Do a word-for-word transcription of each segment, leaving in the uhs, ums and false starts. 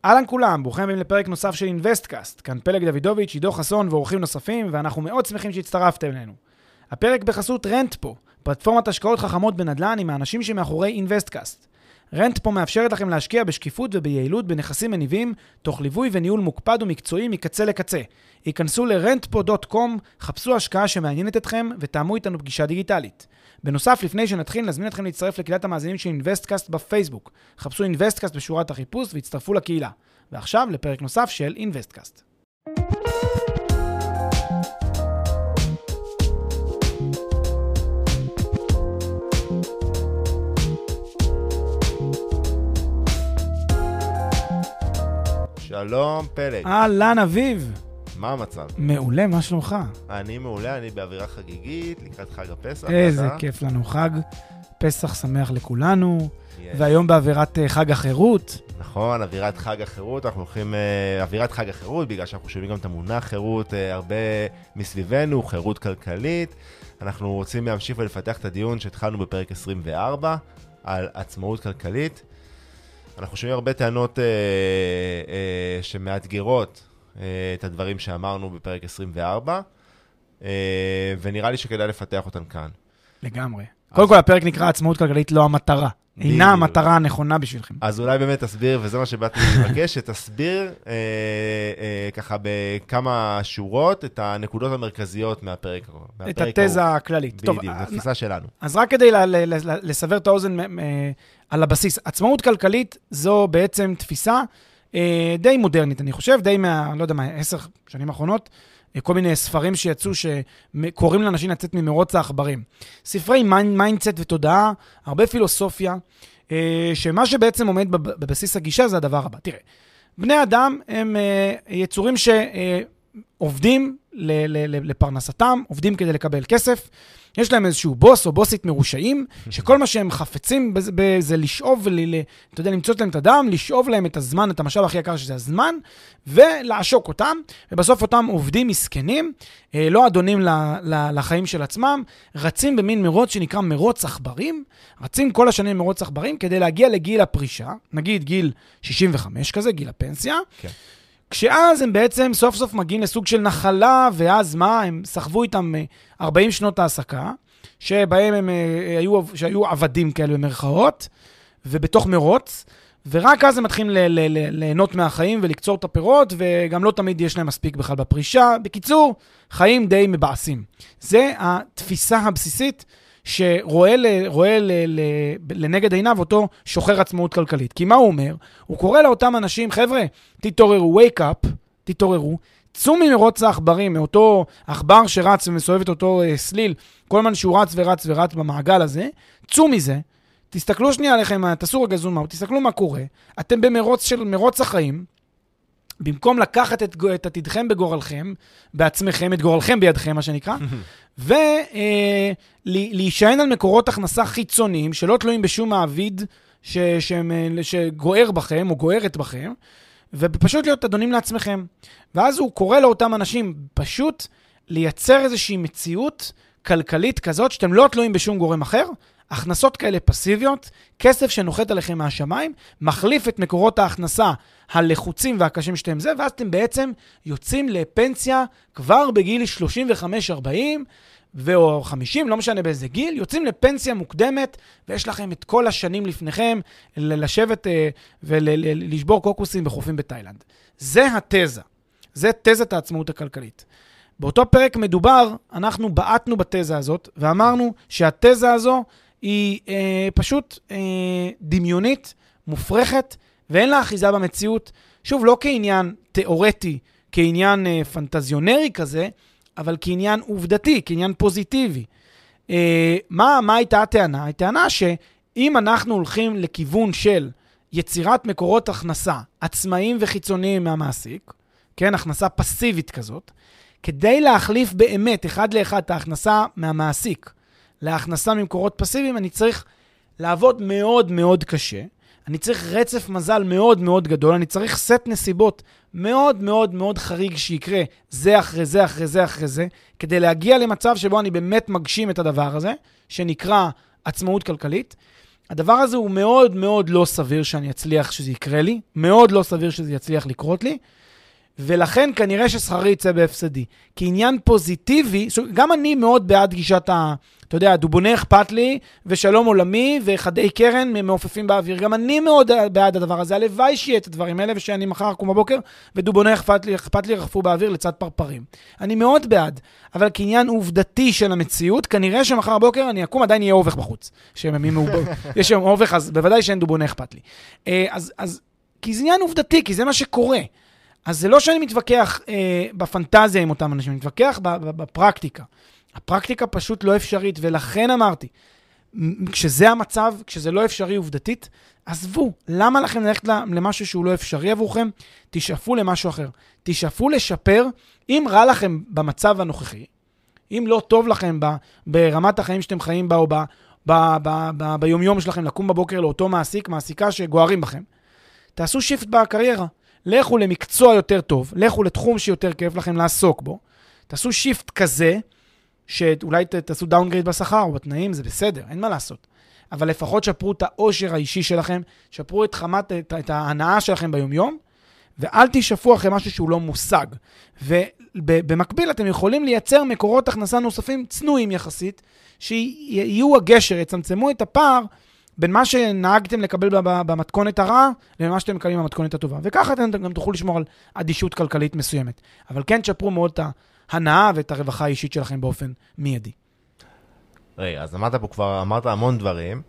אהלן כולם, ברוכים הבאים לפרק נוסף של אינבסטקאסט. כאן פלג דוידוביץ', עידו חסון ואורחים נוספים, ואנחנו מאוד שמחים שהצטרפתם אלינו. הפרק בחסות רנטפו, פלטפורמת השקעות חכמות בנדל"ן עם האנשים שמאחורי אינבסטקאסט. רנטפו מאפשרת לכם להשקיע בשקיפות וביעילות בנכסים מניבים, תוך ליווי וניהול מוקפד ומקצועי מקצה לקצה. היכנסו ל-רנטפו דוט קום, חפשו השקעה שמעניינת אתכם ותאמו איתנו פגישה דיגיטלית. בנוסף, לפני שנתחיל, נזמין אתכם להצטרף לקהילת המאזינים של אינבסטקאסט בפייסבוק. חפשו אינבסטקאסט בשורת החיפוש והצטרפו לקהילה. ועכשיו לפרק נוסף של אינבסטקאסט. שלום פלג. אהלן אביב. מה המצב? מעולה, מה שלומך? אני מעולה, אני באווירה חגיגית, לקראת חג הפסח. איזה כיף לנו, חג פסח שמח לכולנו, והיום באווירת חג החירות. נכון, אווירת חג החירות, אנחנו הולכים, אווירת חג החירות, בגלל שאנחנו שומעים גם את המונח חירות הרבה מסביבנו, חירות כלכלית. אנחנו רוצים להמשיך ולפתח את הדיון שהתחלנו בפרק עשרים וארבע, על עצמאות כלכלית. אנחנו שומעים הרבה טענות אה, אה, שמאתגרות אה, את הדברים שאמרנו בפרק עשרים וארבע, אה, ונראה לי שכדאי לפתח אותן כאן. לגמרי. אז... קודם כל, הפרק נקרא עצמאות כלכלית, לא המטרה. אינה המטרה הנכונה בשבילכם. אז אולי באמת תסביר, וזה מה שבאתי לבקש, שתסביר אה, אה, ככה בכמה שורות את הנקודות המרכזיות מהפרק. את התזה הכללית. בדיוק, זו תפיסה שלנו. אז רק כדי לסבר את האוזן על הבסיס, עצמאות כלכלית זו בעצם תפיסה די מודרנית, אני חושב, די מה, לא יודע מה, עשר שנים האחרונות, כל מיני ספרים שיצאו שקוראים לאנשים לצאת ממרוץ העכברים. ספרי מיינדסט ותודעה, הרבה פילוסופיה, שמה שבעצם עומד בבסיס הגישה זה הדבר הבא. תראה, בני אדם הם יצורים שעובדים לפרנסתם, עובדים כדי לקבל כסף, יש להם איזשהו בוס או בוסית מרושעים, שכל מה שהם חפצים זה לשאוב, אתה יודע, למצוא להם את הדם, לשאוב להם את הזמן, את המשאב הכי יקר שזה הזמן, ולעשוק אותם, ובסוף אותם עובדים מסכנים, לא אדונים לחיים של עצמם, רצים במין מרוץ שנקרא מרוץ עכברים, רצים כל השנים מרוץ עכברים, כדי להגיע לגיל הפרישה, נגיד גיל שישים וחמש כזה, גיל הפנסיה, כן. כשאז הם בעצם סוף סוף מגיעים לסוג של נחלה, ואז מה? הם סחבו איתם ארבעים שנות העסקה, שבהם הם היו, שהיו עבדים כאלה במרכאות, ובתוך מרוץ, ורק אז הם מתחילים ל- ל- ל- ליהנות מהחיים ולקצור את הפירות, וגם לא תמיד יש להם מספיק בכלל בפרישה. בקיצור, חיים די מבאסים. זה התפיסה הבסיסית שרואה ל, רואה ל, ל, לנגד עיניו אותו שוחר עצמאות כלכלית. כי מה הוא אומר? הוא קורא לאותם אנשים, חבר'ה, תתעוררו, wake up, תתעוררו, צאו ממרוץ העכברים, מאותו עכבר שרץ ומסובב את אותו uh, סליל, כל הזמן שהוא רץ ורץ ורץ במעגל הזה, צאו מזה, תסתכלו שנייה עליכם, תעשו רגע זום, תסתכלו מה קורה, אתם במרוץ של מרוץ החיים, במקום לקחת את, את עתידכם בגורלכם, בעצמכם, את גורלכם בידכם, מה שנקרא, ולהישען על מקורות הכנסה חיצוניים, שלא תלויים בשום מעביד ש, ש, שגוער בכם, או גוערת בכם, ופשוט להיות אדונים לעצמכם. ואז הוא קורא לאותם אנשים פשוט לייצר איזושהי מציאות כלכלית כזאת, שאתם לא תלויים בשום גורם אחר, הכנסות כאלה פסיביות, כסף שנוחת עליכם מהשמיים, מחליף את מקורות ההכנסה הלחוצים והקשים שאתם זה, ואז אתם בעצם יוצאים לפנסיה כבר בגיל שלושים וחמש ארבעים, או חמישים, לא משנה באיזה גיל, יוצאים לפנסיה מוקדמת, ויש לכם את כל השנים לפניכם לשבת ולשבור קוקוסים בחופים בתאילנד. זה התזה. זה תזת העצמאות הכלכלית. באותו פרק מדובר, אנחנו בעטנו בתזה הזאת, ואמרנו שהתזה הזו היא אה, פשוט אה, דמיונית, מופרכת, ואין לה אחיזה במציאות. שוב, לא כעניין תיאורטי, כעניין אה, פנטזיונרי כזה, אבל כעניין עובדתי, כעניין פוזיטיבי. אה, מה, מה הייתה הטענה? הטענה שאם אנחנו הולכים לכיוון של יצירת מקורות הכנסה, עצמאיים וחיצוניים מהמעסיק, כן, הכנסה פסיבית כזאת, כדי להחליף באמת אחד לאחד את ההכנסה מהמעסיק להכנסה ממקורות פסיביים, אני צריך לעבוד מאוד מאוד קשה, אני צריך רצף מזל מאוד מאוד גדול, אני צריך סט נסיבות מאוד מאוד מאוד חריג שיקרה זה אחרי זה אחרי זה אחרי זה, כדי להגיע למצב שבו אני באמת מגשים את הדבר הזה, שנקרא עצמאות כלכלית. הדבר הזה הוא מאוד מאוד לא סביר שאני אצליח שזה יקרה לי, מאוד לא סביר שזה יצליח לקרות לי, ולכן כנראה ששכרי יצא בהפסדי. כי עניין פוזיטיבי, גם אני מאוד בעד גישת ה... אתה יודע, דובוני אכפת לי, ושלום עולמי, וחדי קרן מעופפים באוויר. גם אני מאוד בעד הדבר הזה. הלוואי שיהיה את הדברים האלה, ושאני מחר אקום בבוקר, ודובוני אכפת לי, אכפת לי רחפו באוויר לצד פרפרים. אני מאוד בעד, אבל כעניין עובדתי של המציאות, כנראה שמחר בבוקר אני אקום, עדיין יהיה אובך בחוץ. יש שם אובך, אז בוודאי שאין דובוני אכפת לי. אז, אז, כי זה עניין עובדתי, כי זה מה שקורה. אז זה לא שאני מתווכח אה, בפנטזיה עם אותם אנשים, אני מתווכח בפרקטיקה. הפרקטיקה פשוט לא אפשרית, ולכן אמרתי, כשזה המצב, כשזה לא אפשרי עובדתית, עזבו, למה לכם ללכת למשהו שהוא לא אפשרי עבורכם? תשאפו למשהו אחר. תשאפו לשפר, אם רע לכם במצב הנוכחי, אם לא טוב לכם ב, ברמת החיים שאתם חיים בה, או ב, ב, ב, ב, ביומיום שלכם, לקום בבוקר לאותו מעסיק, מעסיקה שגוערים בכם, תעשו שיפט בקריירה. לכו למקצוע יותר טוב, לכו לתחום שיותר כיף לכם לעסוק בו, תעשו שיפט כזה, שאולי תעשו דאונגרייד בשכר או בתנאים, זה בסדר, אין מה לעשות. אבל לפחות שפרו את העושר האישי שלכם, שפרו את חמת, את, את ההנאה שלכם ביומיום, ואל תשאפו אחרי משהו שהוא לא מושג. ובמקביל אתם יכולים לייצר מקורות הכנסה נוספים צנועים יחסית, שיהיו הגשר, יצמצמו את הפער, בין מה שנהגתם לקבל במתכונת הרעה, למה שאתם מקבלים במתכונת הטובה. וככה אתם גם תוכלו לשמור על אדישות כלכלית מסוימת. אבל כן תשפרו מאוד את ההנאה ואת הרווחה האישית שלכם באופן מיידי. רגע, אז אמרת פה כבר, אמרת המון דברים.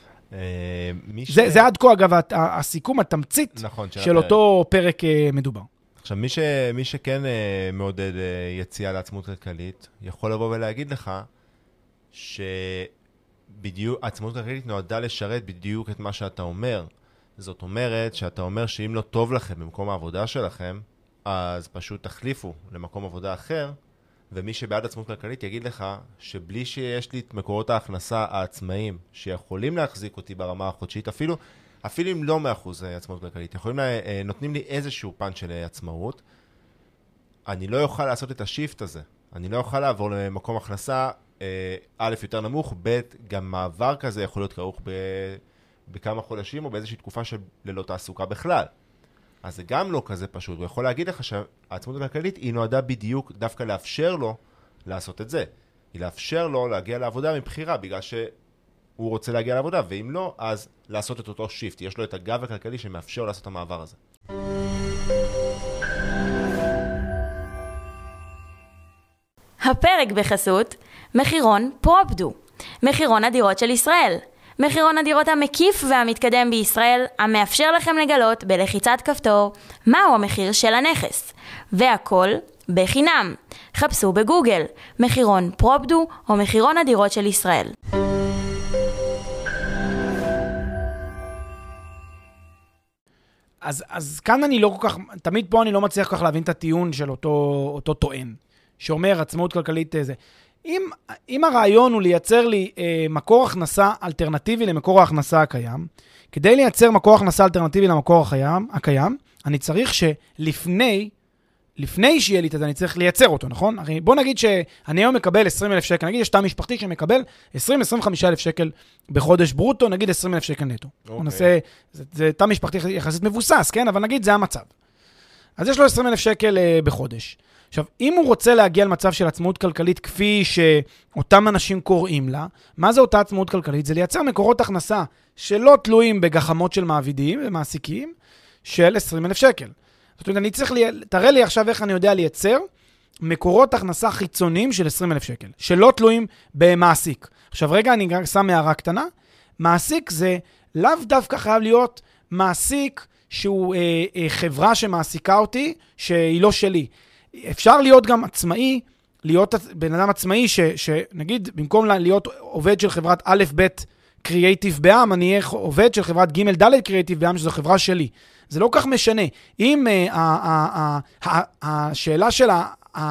זה, זה עד כה, אגב, הסיכום, התמצית נכון, של אותו פרק מדובר. עכשיו, מי, ש, מי שכן מעודד יציאה לעצמות כלכלית, יכול לבוא ולהגיד לך ש... בדיוק, עצמאות כלכלית נועדה לשרת בדיוק את מה שאתה אומר. זאת אומרת שאתה אומר שאם לא טוב לכם במקום העבודה שלכם, אז פשוט תחליפו למקום עבודה אחר, ומי שבעד עצמאות כלכלית יגיד לך שבלי שיש לי את מקורות ההכנסה העצמאיים שיכולים להחזיק אותי ברמה החודשית, אפילו, אפילו אם לא מאחוז עצמאות כלכלית, יכולים לה, נותנים לי איזשהו פן של עצמאות, אני לא אוכל לעשות את השיפט הזה. אני לא אוכל לעבור למקום הכנסה א' יותר נמוך, ב' גם מעבר כזה יכול להיות כרוך ב... בכמה חודשים או באיזושהי תקופה של ללא תעסוקה בכלל. אז זה גם לא כזה פשוט. הוא יכול להגיד לך שהעצמאות הכלכלית היא נועדה בדיוק דווקא לאפשר לו לעשות את זה. היא לאפשר לו להגיע לעבודה מבחירה, בגלל שהוא רוצה להגיע לעבודה, ואם לא, אז לעשות את אותו שיפט. יש לו את הגב הכלכלי שמאפשר לעשות את המעבר הזה. הפרק בחסות מחירון פרופדו, מחירון הדירות של ישראל. מחירון הדירות המקיף והמתקדם בישראל, המאפשר לכם לגלות בלחיצת כפתור מהו המחיר של הנכס. והכל בחינם. חפשו בגוגל, מחירון פרופדו או מחירון הדירות של ישראל. אז, אז כאן אני לא כל כך, תמיד פה אני לא מצליח כל כך להבין את הטיעון של אותו, אותו טוען, שאומר עצמאות כלכלית זה. אם, אם הרעיון הוא לייצר לי אה, מקור הכנסה אלטרנטיבי למקור ההכנסה הקיים, כדי לייצר מקור הכנסה אלטרנטיבי למקור הקיים, הקיים אני צריך שלפני, לפני שיהיה לי את זה, אני צריך לייצר אותו, נכון? הרי בוא נגיד שאני היום מקבל עשרים אלף שקל, נגיד יש תא משפחתי שמקבל עשרים עד עשרים וחמישה אלף שקל בחודש ברוטו, נגיד עשרים אלף שקל נטו. Okay. נעשה, זה, זה תא משפחתי יחסית מבוסס, כן? אבל נגיד זה המצב. אז יש לו עשרים אלף שקל uh, בחודש. עכשיו, אם הוא רוצה להגיע למצב של עצמאות כלכלית כפי שאותם אנשים קוראים לה, מה זה אותה עצמאות כלכלית? זה לייצר מקורות הכנסה שלא תלויים בגחמות של מעבידים ומעסיקים של עשרים אלף שקל. זאת אומרת, אני צריך, לי... תראה לי עכשיו איך אני יודע לייצר מקורות הכנסה חיצוניים של עשרים אלף שקל, שלא תלויים במעסיק. עכשיו רגע, אני שם הערה קטנה. מעסיק זה לאו דווקא חייב להיות מעסיק שהוא אה, אה, חברה שמעסיקה אותי, שהיא לא שלי. אפשר להיות גם עצמאי, להיות בן אדם עצמאי, ש, שנגיד, במקום להיות עובד של חברת א' ב' קריאייטיב בעם, אני אהיה עובד של חברת ג' ד' קריאייטיב בעם, שזו חברה שלי. זה לא כך משנה. אם uh, uh, uh, uh, uh, השאלה של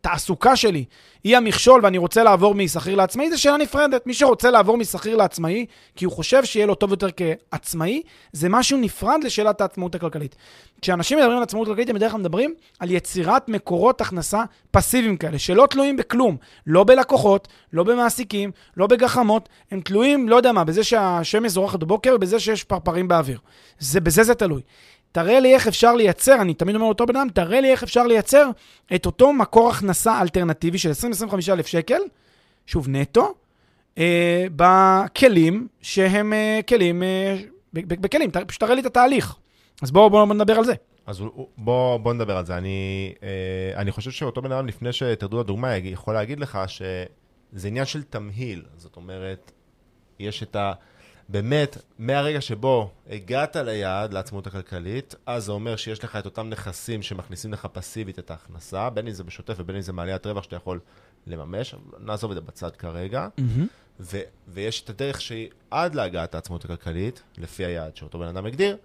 התעסוקה שלי היא המכשול ואני רוצה לעבור משכיר לעצמאי, זה שאלה נפרדת. מי שרוצה לעבור משכיר לעצמאי, כי הוא חושב שיהיה לו טוב יותר כעצמאי, זה משהו נפרד לשאלת העצמאות הכלכלית. כשאנשים מדברים על עצמאות כלכלית, הם בדרך כלל מדברים על יצירת מקורות הכנסה פסיביים כאלה, שלא תלויים בכלום, לא בלקוחות, לא במעסיקים, לא בגחמות, הם תלויים, לא יודע מה, בזה שהשמש זורחת בבוקר ובזה שיש פרפרים באוויר. זה, בזה זה תלוי. תראה לי איך אפשר לייצר, אני תמיד אומר לאותו בן אדם, תראה לי איך אפשר לייצר את אותו מקור הכנסה אלטרנטיבי של עשרים עד עשרים וחמישה אלף שקל, שוב נטו, אה, בכלים שהם אה, כלים, אה, בכלים, פשוט תראה לי את התהליך. אז בואו בוא, בוא נדבר על זה. אז בואו בוא נדבר על זה. אני, אה, אני חושב שאותו בן אדם, לפני שתרדו לדוגמה, יכול להגיד לך שזה עניין של תמהיל. זאת אומרת, יש את ה... באמת, מהרגע שבו הגעת ליעד לעצמאות הכלכלית, אז זה אומר שיש לך את אותם נכסים שמכניסים לך פסיבית את ההכנסה, בין אם זה בשוטף ובין אם זה מעליית רווח שאתה יכול לממש, נעזוב את זה בצד כרגע, mm-hmm. ו- ויש את הדרך שהיא עד להגעת העצמאות הכלכלית, לפי היעד שאותו בן אדם הגדיר,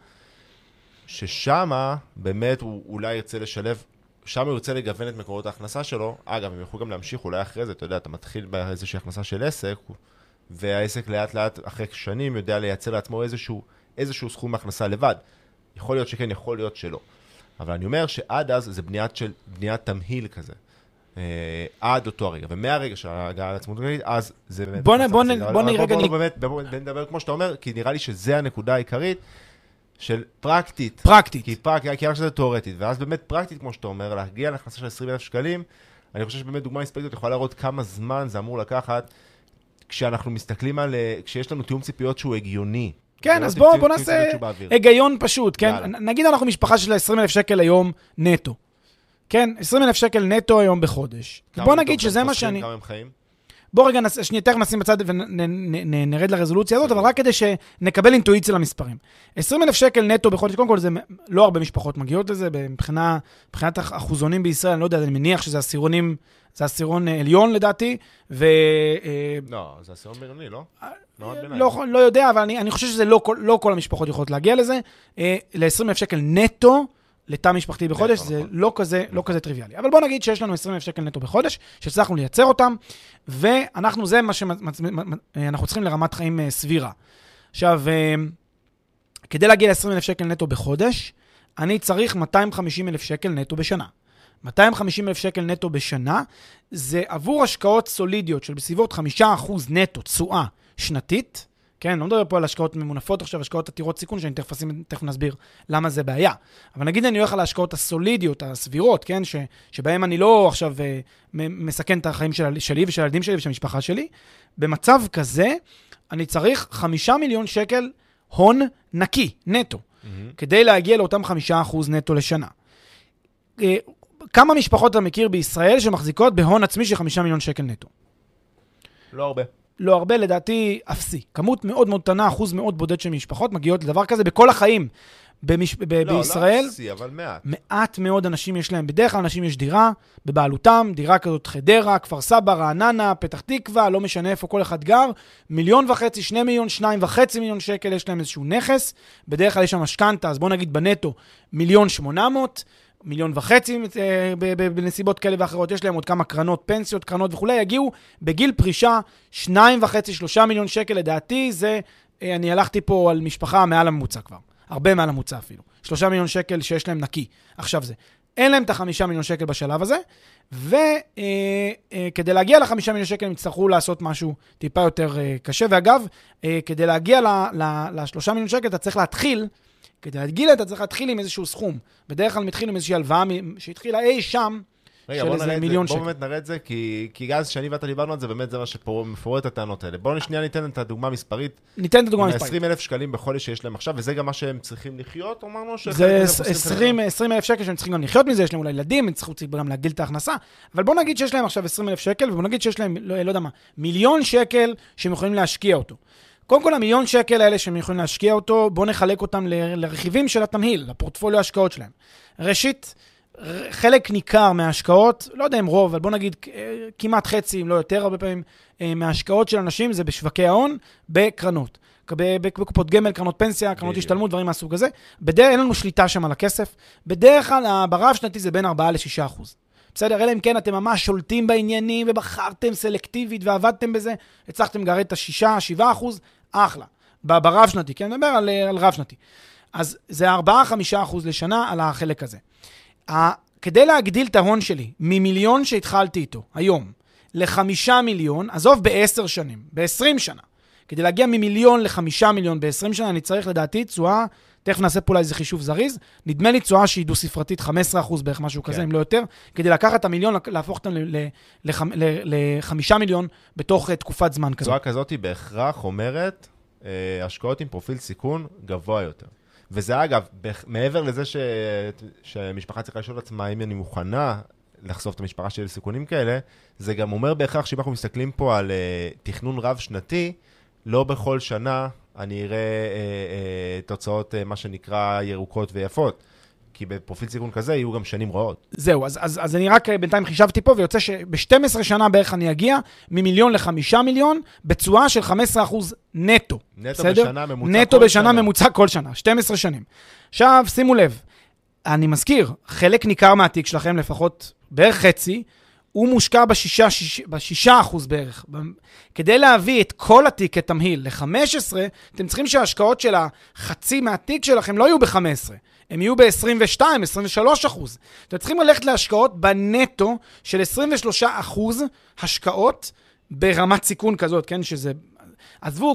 ששמה באמת הוא אולי ירצה לשלב, שם הוא ירצה לגוון את מקורות ההכנסה שלו, אגב, הם יכולו גם להמשיך אולי אחרי זה, אתה יודע, אתה מתחיל באיזושהי הכנסה של עסק, והעסק לאט לאט אחרי שנים יודע לייצר לעצמו איזשהו, איזשהו סכום מהכנסה לבד. יכול להיות שכן, יכול להיות שלא. אבל אני אומר שעד אז זה בניית, של, בניית תמהיל כזה. אה, עד אותו הרגע. ומהרגע שהגעה לעצמאות כלכלית, אז זה באמת... בוא נ... בוא נ... בוא נ... בוא באמת, בוא נדבר כמו שאתה אומר, כי נראה לי שזה הנקודה העיקרית של פרקטית. פרקטית. כי פרקטית, כי רק שזה תיאורטית. ואז באמת פרקטית, כמו שאתה אומר, להגיע להכנסה של עשרים אלף שקלים, אני חושב שבאמת דוגמה מספקת יכולה להראות כמה זמן זה אמור לקחת כשאנחנו מסתכלים על, כשיש לנו תיאום ציפיות שהוא הגיוני. כן, אז בואו בוא נעשה היגיון פשוט, כן? יאללה. נגיד אנחנו משפחה של עשרים אלף שקל היום נטו. כן, עשרים אלף שקל נטו היום בחודש. בוא נגיד שזה מה שאני... כמה הם חיים? בוא רגע, שנייה, תכף נשים בצד ונרד לרזולוציה הזאת, אבל רק כדי שנקבל אינטואיציה למספרים. עשרים אלף שקל נטו בחודש, קודם כל זה לא הרבה משפחות מגיעות לזה, מבחינת אחוזונים בישראל, אני לא יודע, אני מניח שזה עשירונים, זה עשירון עליון לדעתי, ו... לא, זה עשירון בינוני, לא? לא, לא יודע, אבל אני, אני חושב שזה לא כל, לא כל המשפחות יכולות להגיע לזה. ל-עשרים אלף שקל נטו, לתא משפחתי בחודש, זה לא כזה, לא כזה טריוויאלי. אבל בוא נגיד שיש לנו עשרים אלף שקל נטו בחודש, שצריכנו לייצר אותם, ואנחנו, זה מה שאנחנו צריכים לרמת חיים סבירה. עכשיו, כדי להגיע ל-עשרים אלף שקל נטו בחודש, אני צריך מאתיים וחמישים אלף שקל נטו בשנה. מאתיים וחמישים אלף שקל נטו בשנה, זה עבור השקעות סולידיות של בסביבות חמישה אחוז נטו תשואה שנתית, כן, לא מדבר פה על השקעות ממונפות עכשיו, השקעות עתירות סיכון, שאני תכף, תכף נסביר למה זה בעיה. אבל נגיד אני הולך על ההשקעות הסולידיות, הסבירות, כן, ש, שבהם אני לא עכשיו מסכן את החיים של, שלי ושל הילדים שלי ושל המשפחה שלי, במצב כזה, אני צריך חמישה מיליון שקל הון נקי, נטו, mm-hmm. כדי להגיע לאותם חמישה אחוז נטו לשנה. כמה משפחות אתה מכיר בישראל שמחזיקות בהון עצמי של חמישה מיליון שקל נטו? לא הרבה. לא הרבה, לדעתי אפסי. כמות מאוד מאוד קטנה, אחוז מאוד בודד של משפחות מגיעות לדבר כזה בכל החיים. במש... ב- לא, בישראל, לא אפסי, אבל מעט. מעט מאוד אנשים יש להם. בדרך כלל אנשים יש דירה בבעלותם, דירה כזאת חדרה, כפר סבא, רעננה, פתח תקווה, לא משנה איפה כל אחד גר. מיליון וחצי, שני מיליון, שניים וחצי מיליון שקל יש להם איזשהו נכס. בדרך כלל יש שם משכנתה, אז בוא נגיד בנטו מיליון שמונה מאות. מיליון וחצי בנסיבות כאלה ואחרות, יש להם עוד כמה קרנות, פנסיות, קרנות וכולי, יגיעו בגיל פרישה, שניים וחצי, שלושה מיליון שקל, לדעתי, זה, אני הלכתי פה על משפחה מעל הממוצע כבר, הרבה מעל הממוצע אפילו, שלושה מיליון שקל שיש להם נקי, עכשיו זה, אין להם את החמישה מיליון שקל בשלב הזה, וכדי להגיע לחמישה מיליון שקל, הם יצטרכו לעשות משהו טיפה יותר קשה, ואגב, כדי להגיע לשלושה מיליון שקל, אתה צריך להתחיל, כדי להגיע אתה צריך להתחיל עם איזשהו סכום. בדרך כלל מתחיל עם איזושהי הלוואה שהתחילה אי שם רגע, של איזה מיליון שקל. בוא באמת נראה את זה, כי, כי אז שאני ואתה דיברנו על זה, באמת זה מה שמפורט את הטענות האלה. בואו שנייה ניתן את הדוגמה המספרית. ניתן את הדוגמה המספרית. עשרים אלף שקלים בחודש שיש להם עכשיו, וזה גם מה שהם צריכים לחיות, אמרנו? זה עשרים אלף שקל שהם צריכים גם לחיות מזה, יש להם אולי ילדים, הם צריכים גם להגדיל את ההכנסה, אבל בואו נגיד שיש להם עכשיו עשרים אלף שקל, ובואו נגיד שיש להם, לא, לא יודע מה, מיליון שקל שהם יכולים להשקיע אותו. קודם כל, המיליון שקל האלה שהם יכולים להשקיע אותו, בואו נחלק אותם לרכיבים של התמהיל, לפורטפוליו ההשקעות שלהם. ראשית, חלק ניכר מההשקעות, לא יודע אם רוב, אבל בואו נגיד כמעט חצי, אם לא יותר הרבה פעמים, מההשקעות של אנשים זה בשווקי ההון, בקרנות. בקופות גמל, קרנות פנסיה, קרנות השתלמות, דברים מהסוג הזה. בדרך אין לנו שליטה שם על הכסף. בדרך כלל, ברב שנתי זה בין ארבעה לשישה אחוז. בסדר, אלא אם כן אתם ממש שולטים בעניינים ובחרתם סלקטיבית ועבדתם בזה, הצלחתם לגרד את השישה, שבעה אחוז, אחלה. ברב שנתי, כן, נדבר על, על רב שנתי. אז זה ארבעה, חמישה אחוז לשנה על החלק הזה. כדי להגדיל את ההון שלי, ממיליון שהתחלתי איתו, היום, לחמישה מיליון, עזוב בעשר שנים, בעשרים שנה. כדי להגיע ממיליון לחמישה מיליון בעשרים שנה, אני צריך לדעתי תשואה, תכף נעשה פה איזה חישוב זריז, נדמה לי תשואה שהיא דו ספרתית, חמישה עשר אחוז בערך משהו כזה, אם לא יותר, כדי לקחת את המיליון, להפוך אותם לחמישה מיליון בתוך תקופת זמן כזאת. תשואה כזאת היא בהכרח אומרת, השקעות עם פרופיל סיכון גבוה יותר. וזה אגב, מעבר לזה ש... שמשפחה צריכה לשאול עצמה אם אני מוכנה לחשוף את המשפחה שלי לסיכונים כאלה, זה גם אומר בהכרח שאם אנחנו מסתכלים פה על uh, תכנון רב שנתי, לא בכל שנה אני אראה uh, uh, תוצאות uh, מה שנקרא ירוקות ויפות. כי בפרופיל סיכון כזה יהיו גם שנים רעות. זהו, אז, אז, אז אני רק בינתיים חישבתי פה, ויוצא שב-שתים עשרה שנה בערך אני אגיע ממיליון לחמישה מיליון, בצורה של חמישה עשר אחוז נטו. נטו בסדר? בשנה ממוצע נטו כל בשנה שנה. ממוצע כל שנה, שתים עשרה שנים. עכשיו, שימו לב, אני מזכיר, חלק ניכר מהתיק שלכם, לפחות בערך חצי, הוא מושקע בשישה, שיש, בשישה אחוז בערך. כדי להביא את כל התיק כתמהיל ל-חמש עשרה, אתם צריכים שההשקעות של החצי מהתיק שלכם לא יהיו ב-חמש עשרה. הם יהיו ב-עשרים ושתיים, עשרים ושלושה אחוז. אתם צריכים ללכת להשקעות בנטו של עשרים ושלושה אחוז השקעות ברמת סיכון כזאת, כן? שזה... עזבו,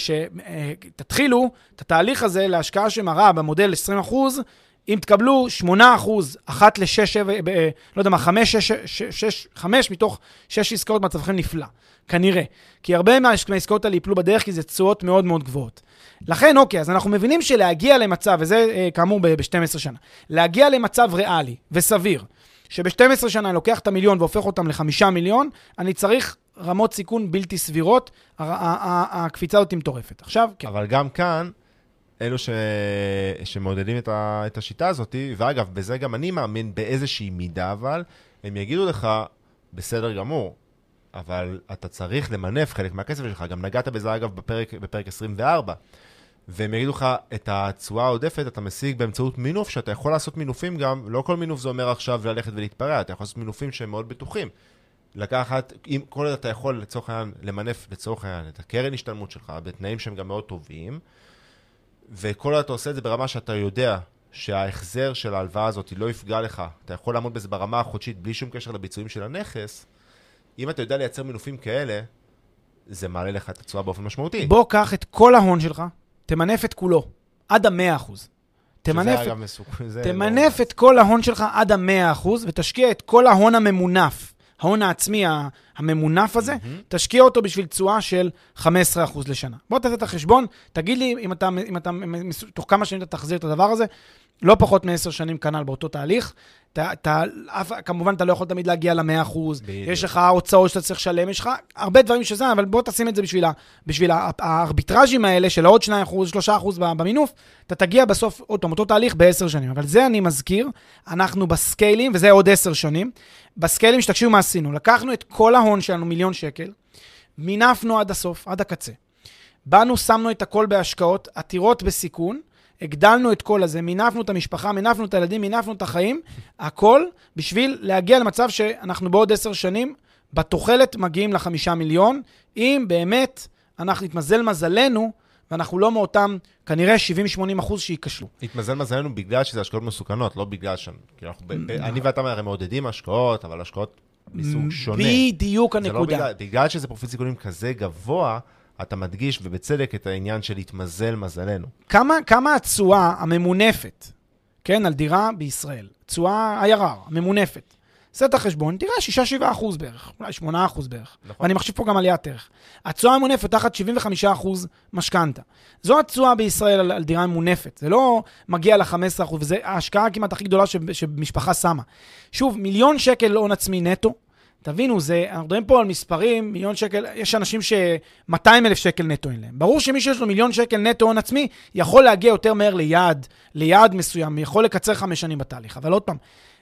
שתתחילו את התהליך הזה להשקעה שמראה במודל עשרים אחוז, אם תקבלו שמונה אחוז, אחת לשש, לא יודע מה, חמש, שש, שש, שש, חמש מתוך שש עסקאות מצבכם נפלא. כנראה. כי הרבה מהעסקאות האלה ייפלו בדרך, כי זה תשואות מאוד מאוד גבוהות. לכן, אוקיי, אז אנחנו מבינים שלהגיע למצב, וזה כאמור ב-שתים עשרה שנה, להגיע למצב ריאלי וסביר, שב-שתים עשרה שנה אני לוקח את המיליון והופך אותם לחמישה מיליון, אני צריך רמות סיכון בלתי סבירות, הקפיצה הזאת מטורפת. עכשיו, כן. אבל גם כאן, אלו ש... שמעודדים את, ה... את השיטה הזאת, ואגב, בזה גם אני מאמין באיזושהי מידה, אבל הם יגידו לך, בסדר גמור, אבל אתה צריך למנף חלק מהכסף שלך, גם נגעת בזה אגב בפרק, בפרק עשרים וארבע, והם יגידו לך, את התשואה העודפת אתה משיג באמצעות מינוף, שאתה יכול לעשות מינופים גם, לא כל מינוף זה אומר עכשיו ללכת ולהתפרע, אתה יכול לעשות מינופים שהם מאוד בטוחים. לקחת, אם כל עוד אתה יכול לצורך העניין, למנף לצורך העניין את הקרן השתלמות שלך, בתנאים שהם גם מאוד טובים, וכל עוד אתה עושה את זה ברמה שאתה יודע שההחזר של ההלוואה הזאת לא יפגע לך, אתה יכול לעמוד בזה ברמה החודשית בלי שום קשר לביצועים של הנכס, אם אתה יודע לייצר מינופים כאלה, זה מעלה לך את התשואה באופן משמעותי. בוא קח את כל ההון שלך, תמנף את כולו, עד ה-מאה אחוז. תמנף, שזה אגב מסוג... תמנף לא... את כל ההון שלך עד ה-מאה אחוז, ותשקיע את כל ההון הממונף, ההון העצמי הממונף הזה, mm-hmm. תשקיע אותו בשביל תשואה של חמישה עשר אחוז לשנה. בוא תעשה את החשבון, תגיד לי אם אתה, אם אתה, תוך כמה שנים אתה תחזיר את הדבר הזה, לא פחות מעשר שנים כנ"ל באותו תהליך, אתה, אתה, כמובן אתה לא יכול תמיד להגיע ל-מאה אחוז, יש לך הוצאות שאתה צריך לשלם, יש לך הרבה דברים שזה, אבל בוא תשים את זה בשביל, בשביל הארביטראז'ים האלה של עוד שניים אחוז, שלושה אחוז במינוף, אתה תגיע בסוף עוד פעם, אותו תהליך בעשר שנים. אבל זה אני מזכיר, אנחנו בסקיילים, וזה עוד עשר שנים, בסקיילים שתקשיבו מה עשינו, לקחנו את כל ההון שלנו, מיליון שקל, מינפנו עד הסוף, עד הקצה. באנו, שמנו את הכל בהשקעות, עתירות בסיכון, הגדלנו את כל הזה, מינפנו את המשפחה, מינפנו את הילדים, מינפנו את החיים, הכל בשביל להגיע למצב שאנחנו בעוד עשר שנים, בתוחלת מגיעים לחמישה מיליון, אם באמת אנחנו נתמזל מזלנו, ואנחנו לא מאותם, כנראה שבעים שמונים אחוז שיקשלו. התמזל מזלנו בגלל שזה השקעות מסוכנות, לא בגלל ש... אני ואתה הרי מעודדים השקעות, אבל השקעות מסוג שונה. בדיוק הנקודה. לא בגלל, בגלל שזה פרופיל סיכונים כזה גבוה, אתה מדגיש ובצדק את העניין של להתמזל מזלנו. כמה, כמה התשואה הממונפת, כן, על דירה בישראל, תשואה I R R, הממונפת, עשה את החשבון, תראה שישה שבעה אחוז בערך, אולי שמונה אחוז בערך. נכון. ואני מחשיב פה גם עליית ערך. התשואה הממונפת תחת שבעים וחמישה אחוז משכנתה. זו התשואה בישראל על, על דירה ממונפת. זה לא מגיע ל-חמישה עשר אחוז, וזה ההשקעה כמעט הכי גדולה שמשפחה שמה. שוב, מיליון שקל הון עצמי נטו, תבינו, זה, אנחנו מדברים פה על מספרים, מיליון שקל, יש אנשים ש-מאתיים אלף שקל נטו אין להם. ברור שמי שיש לו מיליון שקל נטו הון עצמי, יכול להגיע יותר מהר ליעד, ליעד מסוים, יכול לקצר חמש שנים בתהליך. אבל עוד פעם,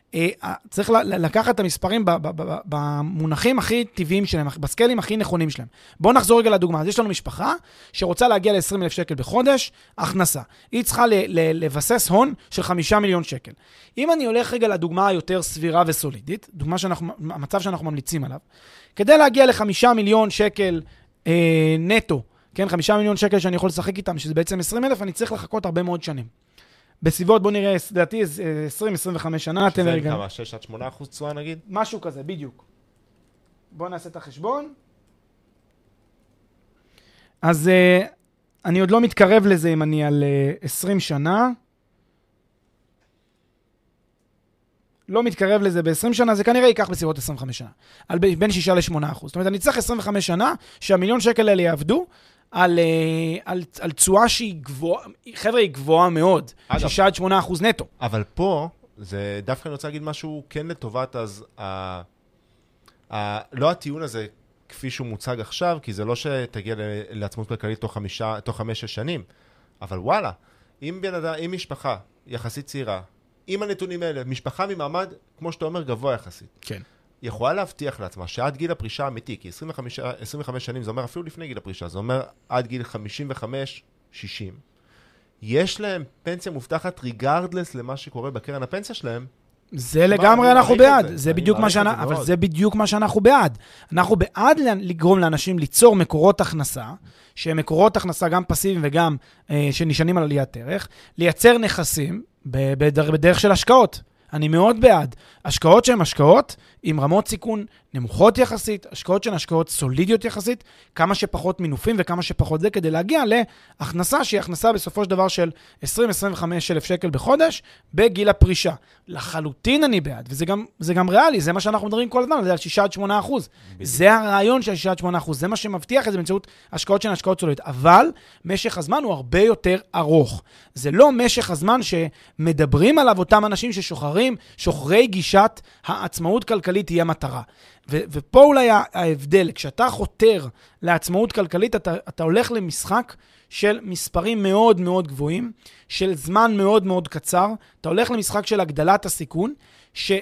צריך לקחת את המספרים במונחים הכי טבעיים שלהם, בסקלים הכי נכונים שלהם. בואו נחזור רגע לדוגמה. אז יש לנו משפחה שרוצה להגיע ל-עשרים אלף שקל בחודש, הכנסה. היא צריכה לבסס הון של חמישה מיליון שקל. אם אני הולך רגע לדוגמה היותר סבירה וסולידית, דוגמה שאנחנו, המצב שאנחנו ממליצים עליו, כדי להגיע לחמישה מיליון שקל אה, נטו, כן, חמישה מיליון שקל שאני יכול לשחק איתם, שזה בעצם עשרים אלף, אני צריך לחכות הרבה מאוד שנים. בסביבות, בוא נראה, לדעתי, עשרים עד עשרים וחמש שנה. שזה כמה, שש עד שמונה אחוז תשואה נגיד? משהו כזה, בדיוק. בוא נעשה את החשבון. אז uh, אני עוד לא מתקרב לזה אם אני על uh, עשרים שנה. לא מתקרב לזה ב-עשרים שנה, זה כנראה ייקח בסביבות עשרים וחמש שנה. על בין שישה לשמונה אחוז. זאת אומרת, אני צריך עשרים וחמש שנה שהמיליון שקל האלה יעבדו, על, על, על צועה שהיא גבוהה, חבר'ה, היא גבוהה מאוד, שישה עד שמונה אחוז נטו. אבל פה, זה דווקא אני רוצה להגיד משהו כן לטובת, אז ה, ה, לא הטיעון הזה כפי שהוא מוצג עכשיו, כי זה לא שתגיע לעצמאות כלכלית תוך חמישה, תוך חמש שש שנים, אבל וואלה, אם בן אדם, אם משפחה יחסית צעירה, עם הנתונים האלה, משפחה ממעמד, כמו שאתה אומר, גבוה יחסית. כן. יכולה להבטיח לעצמה שעד גיל הפרישה האמיתי, כי עשרים וחמש, עשרים וחמש שנים, זה אומר אפילו לפני גיל הפרישה, זה אומר עד גיל חמישים וחמש שישים, יש להם פנסיה מובטחת ריגרדלס למה שקורה בקרן הפנסיה שלהם. זה לגמרי אנחנו בעד, זה בדיוק מה שאנחנו, אבל זה בדיוק מה שאנחנו בעד. אנחנו בעד לגרום לאנשים ליצור מקורות הכנסה, שהם מקורות הכנסה גם פסיביים וגם אה, שנשענים על עליית ערך, לייצר נכסים בדרך, בדרך של השקעות. אני מאוד בעד. השקעות שהן השקעות עם רמות סיכון נמוכות יחסית, השקעות שהן השקעות סולידיות יחסית, כמה שפחות מינופים וכמה שפחות זה, כדי להגיע להכנסה שהיא הכנסה בסופו של דבר של עשרים עד עשרים וחמש אלף שקל בחודש בגיל הפרישה. לחלוטין אני בעד, וזה גם, זה גם ריאלי, זה מה שאנחנו מדברים כל הזמן, זה על שישה עד שמונה אחוז. זה הרעיון של שישה עד שמונה אחוז, זה מה שמבטיח את זה באמצעות השקעות שהן השקעות סולידיות. אבל משך הזמן הוא הרבה יותר ארוך. זה לא משך הזמן שמדברים עליו אותם אנשים ששוחרים, שוחרי גישת העצמאות כלכלית היא המטרה. ו- ופה אולי ההבדל, כשאתה חותר לעצמאות כלכלית, אתה, אתה הולך למשחק של מספרים מאוד מאוד גבוהים, של זמן מאוד מאוד קצר, אתה הולך למשחק של הגדלת הסיכון, שהוא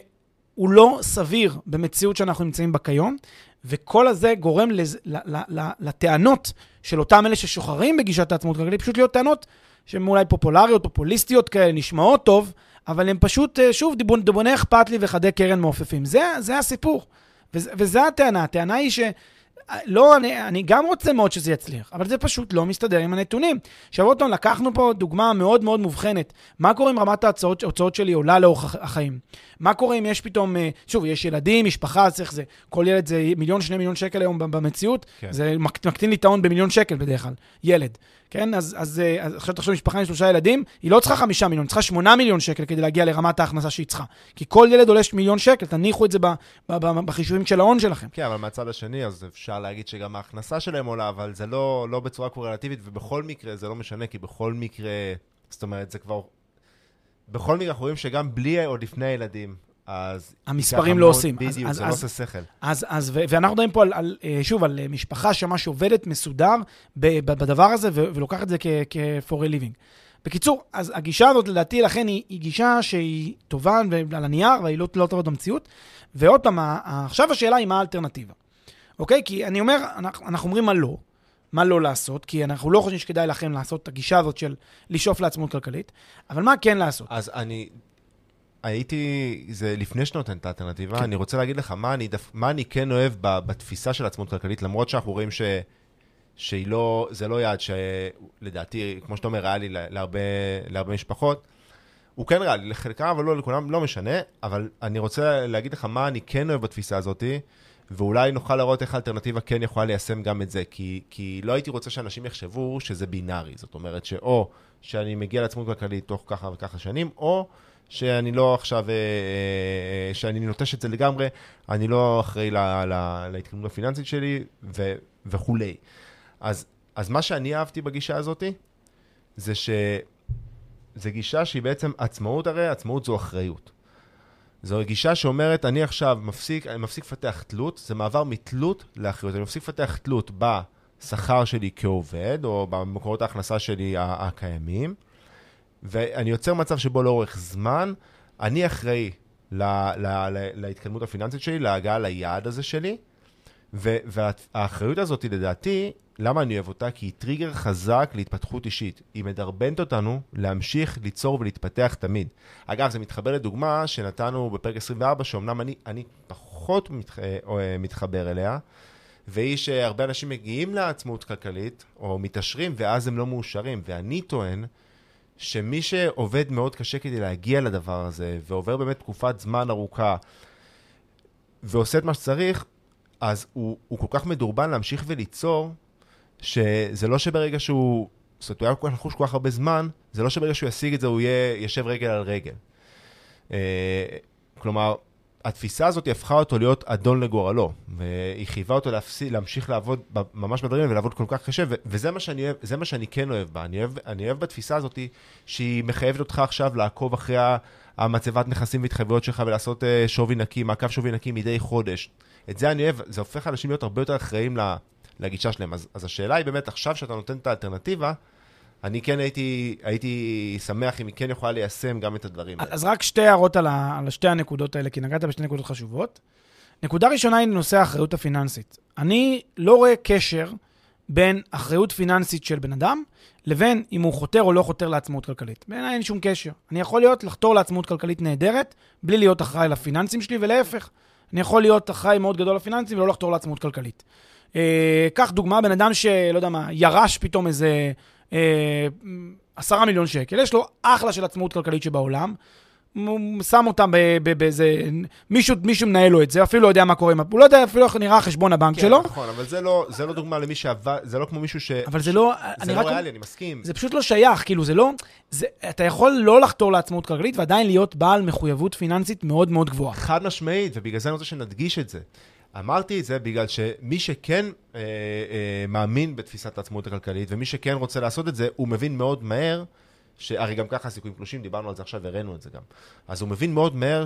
לא סביר במציאות שאנחנו נמצאים בה כיום, וכל הזה גורם לז, ל- ל- ל- לטענות של אותם אלה ששוחרים בגישת העצמאות כלכלית, פשוט להיות טענות שהן אולי פופולריות, פופוליסטיות כאלה, נשמעות טוב, אבל הם פשוט, שוב, דיבוני, דיבוני אכפת לי וחדי קרן מעופפים. זה, זה הסיפור. וזה, וזה הטענה. הטענה היא ש... לא, אני, אני גם רוצה מאוד שזה יצליח, אבל זה פשוט לא מסתדר עם הנתונים. עכשיו עוד פעם, לקחנו פה דוגמה מאוד מאוד מובחנת. מה קורה אם רמת ההוצאות, ההוצאות שלי עולה לאורך החיים? מה קורה אם יש פתאום, שוב, יש ילדים, משפחה, צריך זה, כל ילד זה מיליון, שני מיליון שקל היום במציאות, כן. זה מקטין לי טעון במיליון שקל בדרך כלל, ילד. כן, אז, אז, אז עכשיו תחשוב משפחה עם שלושה ילדים, היא לא צריכה חמישה מיליון, היא צריכה שמונה מיליון שקל כדי להגיע לרמת ההכנסה שהיא צריכה. כי כל ילד עולה מיליון שקל, תניחו את זה ב, ב, ב, בחישובים של ההון שלכם. כן, אבל מהצד השני, אז אפשר להגיד שגם ההכנסה שלהם עולה, אבל זה לא, לא בצורה קורלטיבית, ובכל מקרה זה לא משנה, כי בכל מקרה, זאת אומרת, זה כבר, בכל מקרה אנחנו רואים שגם בלי עוד לפני הילדים, אז המספרים לא עושים. בדיוק, זה לא עושה שכל. אז, אז, ואנחנו מדברים פה על, על, שוב, על משפחה שמש עובדת מסודר בדבר הזה, ולוקח את זה כ-for a living. בקיצור, אז הגישה הזאת לדעתי, לכן היא, היא גישה שהיא טובה על הנייר, והיא לא, לא טובה במציאות. ועוד פעם, עכשיו השאלה היא מה האלטרנטיבה. אוקיי? כי אני אומר, אנחנו, אנחנו אומרים מה לא, מה לא לעשות, כי אנחנו לא חושבים שכדאי לכם לעשות את הגישה הזאת של לשאוף לעצמאות כלכלית, אבל מה כן לעשות? אז אני... הייתי, זה לפני שנותן את האלטרנטיבה, אני רוצה להגיד לך מה אני, מה אני כן אוהב בתפיסה של עצמאות כלכלית, למרות שאנחנו רואים ש, שהיא לא, זה לא יעד שלדעתי, כמו שאתה אומר, ריאלי להרבה, להרבה משפחות, הוא כן ריאלי לחלקם, אבל לא לכולם, לא משנה, אבל אני רוצה להגיד לך מה אני כן אוהב בתפיסה הזאת, ואולי נוכל לראות איך האלטרנטיבה כן יכולה ליישם גם את זה, כי, כי לא הייתי רוצה שאנשים יחשבו שזה בינארי, זאת אומרת שאו שאני מגיע לעצמאות כלכלית תוך ככה וככה שנים, או שאני לא עכשיו, שאני נוטש את זה לגמרי, אני לא אחראי להתקדמות הפיננסית שלי ו, וכולי. אז, אז מה שאני אהבתי בגישה הזאת, זה שזה גישה שהיא בעצם עצמאות, הרי עצמאות זו אחריות. זו גישה שאומרת, אני עכשיו מפסיק, אני מפסיק לפתח תלות, זה מעבר מתלות לאחריות. אני מפסיק לפתח תלות בשכר שלי כעובד, או במקורות ההכנסה שלי הקיימים, ואני יוצר מצב שבו לאורך זמן, אני אחראי לה, לה, לה, להתקדמות הפיננסית שלי, להגעה ליעד הזה שלי, ו, והאחריות הזאת לדעתי, למה אני אוהב אותה? כי היא טריגר חזק להתפתחות אישית. היא מדרבנת אותנו להמשיך ליצור ולהתפתח תמיד. אגב, זה מתחבר לדוגמה שנתנו בפרק עשרים וארבע, שאומנם אני, אני פחות מתח, מתחבר אליה, והיא שהרבה אנשים מגיעים לעצמאות כלכלית, או מתעשרים, ואז הם לא מאושרים. ואני טוען שמי שעובד מאוד קשה כדי להגיע לדבר הזה, ועובר באמת תקופת זמן ארוכה, ועושה את מה שצריך, אז הוא, הוא כל כך מדורבן להמשיך וליצור, שזה לא שברגע שהוא, זאת אומרת, הוא היה כל כך נחוש כל כך הרבה זמן, זה לא שברגע שהוא ישיג את זה, הוא יהיה ישב רגל על רגל. כלומר, התפיסה הזאת הפכה אותו להיות אדון לגורלו, והיא חייבה אותו להפסיק, להמשיך לעבוד ממש בדברים ולעבוד כל כך קשה, וזה מה שאני אוהב, זה מה שאני כן אוהב בה. אני אוהב, אני אוהב בתפיסה הזאת שהיא מחייבת אותך עכשיו לעקוב אחרי המצבת נכסים והתחייבויות שלך ולעשות שווי נקי, מעקב שווי נקי מדי חודש. את זה אני אוהב, זה הופך אנשים להיות הרבה יותר אחראים לגישה שלהם. אז, אז השאלה היא באמת, עכשיו שאתה נותן את האלטרנטיבה, אני כן הייתי, הייתי שמח אם היא כן יכולה ליישם גם את הדברים האלה. אז רק שתי הערות על, ה, על שתי הנקודות האלה, כי נגעת בשתי נקודות חשובות. נקודה ראשונה היא נושא האחריות הפיננסית. אני לא רואה קשר בין אחריות פיננסית של בן אדם, לבין אם הוא חותר או לא חותר לעצמאות כלכלית. בעיניי אין שום קשר. אני יכול להיות לחתור לעצמאות כלכלית נהדרת, בלי להיות אחראי לפיננסים שלי, ולהפך. אני יכול להיות אחראי מאוד גדול לפיננסים, ולא לחתור לעצמאות כלכלית. אה, כך דוגמה, בן אדם שלא יודע מה, ירש פתאום איזה עשרה מיליון שקל, יש לו אחלה של עצמאות כלכלית שבעולם, הוא שם אותם באיזה, מישהו, מישהו מנהל לו את זה, אפילו לא יודע מה קורה, הוא לא יודע אפילו איך נראה חשבון הבנק כן, שלו. נכון, אבל זה לא, זה לא דוגמה למי שעבד, זה לא כמו מישהו ש... אבל זה לא, זה אני לא רק... ריאלי, אני מסכים. זה פשוט לא שייך, כאילו זה לא, זה, אתה יכול לא לחתור לעצמאות כלכלית, ועדיין להיות בעל מחויבות פיננסית מאוד מאוד גבוהה. חד משמעית, ובגלל זה אני רוצה שנדגיש את זה. אמרתי את זה בגלל שמי שכן אה, אה, מאמין בתפיסת העצמאות הכלכלית, ומי שכן רוצה לעשות את זה, הוא מבין מאוד מהר, שהרי גם ככה סיכויים קלושים, דיברנו על זה עכשיו וראינו את זה גם. אז הוא מבין מאוד מהר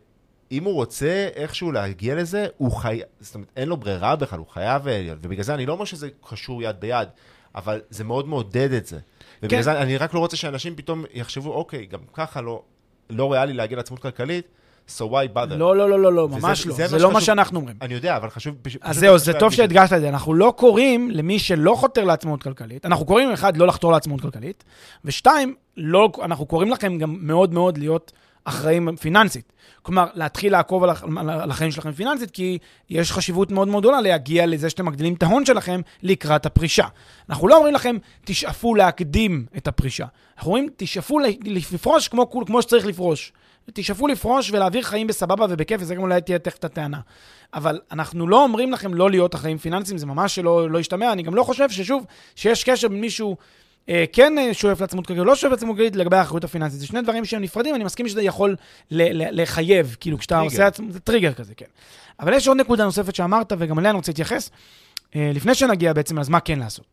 שאם הוא רוצה איכשהו להגיע לזה, הוא חי... זאת אומרת, אין לו ברירה בכלל, הוא חייב, ובגלל זה אני לא אומר שזה קשור יד ביד, אבל זה מאוד מעודד את זה. ובגלל כן. זה אני רק לא רוצה שאנשים פתאום יחשבו, אוקיי, גם ככה לא, לא ריאלי להגיע לעצמאות כלכלית, so why bother? לא, לא, לא, לא, לא, ממש לא. זה לא מה שאנחנו אומרים. אני יודע, אבל חשוב... אז זהו, זה טוב שהדגשת את זה. אנחנו לא קוראים למי שלא חותר לעצמאות כלכלית. אנחנו קוראים, אחד, לא לחתור לעצמאות כלכלית, ושתיים, אנחנו קוראים לכם גם מאוד מאוד להיות אחראים פיננסית. כלומר, להתחיל לעקוב על החיים שלכם פיננסית, כי יש חשיבות מאוד מאוד גדולה להגיע לזה שאתם מגדילים את ההון שלכם לקראת הפרישה. אנחנו לא אומרים לכם, תשאפו להקדים את הפרישה. אנחנו אומרים, תשאפו לפרוש כמו, כמו שצריך לפרוש. תשאפו לפרוש ולהעביר חיים בסבבה ובכיף, וזה גם אולי תהיה תכף הטענה. אבל אנחנו לא אומרים לכם לא להיות אחראים פיננסיים, זה ממש שלא לא ישתמע. אני גם לא חושב ששוב, שיש קשר בין מישהו אה, כן שואף לעצמאות כלכלית, לא שואף לעצמות כלכלית לגבי האחריות הפיננסית. זה שני דברים שהם נפרדים, אני מסכים שזה יכול ל- ל- לחייב, כאילו כשאתה עושה, זה טריגר כזה, כן. אבל יש עוד נקודה נוספת שאמרת, וגם עליה אני רוצה להתייחס, אה, לפני שנגיע בעצם, אז מה כן לעשות.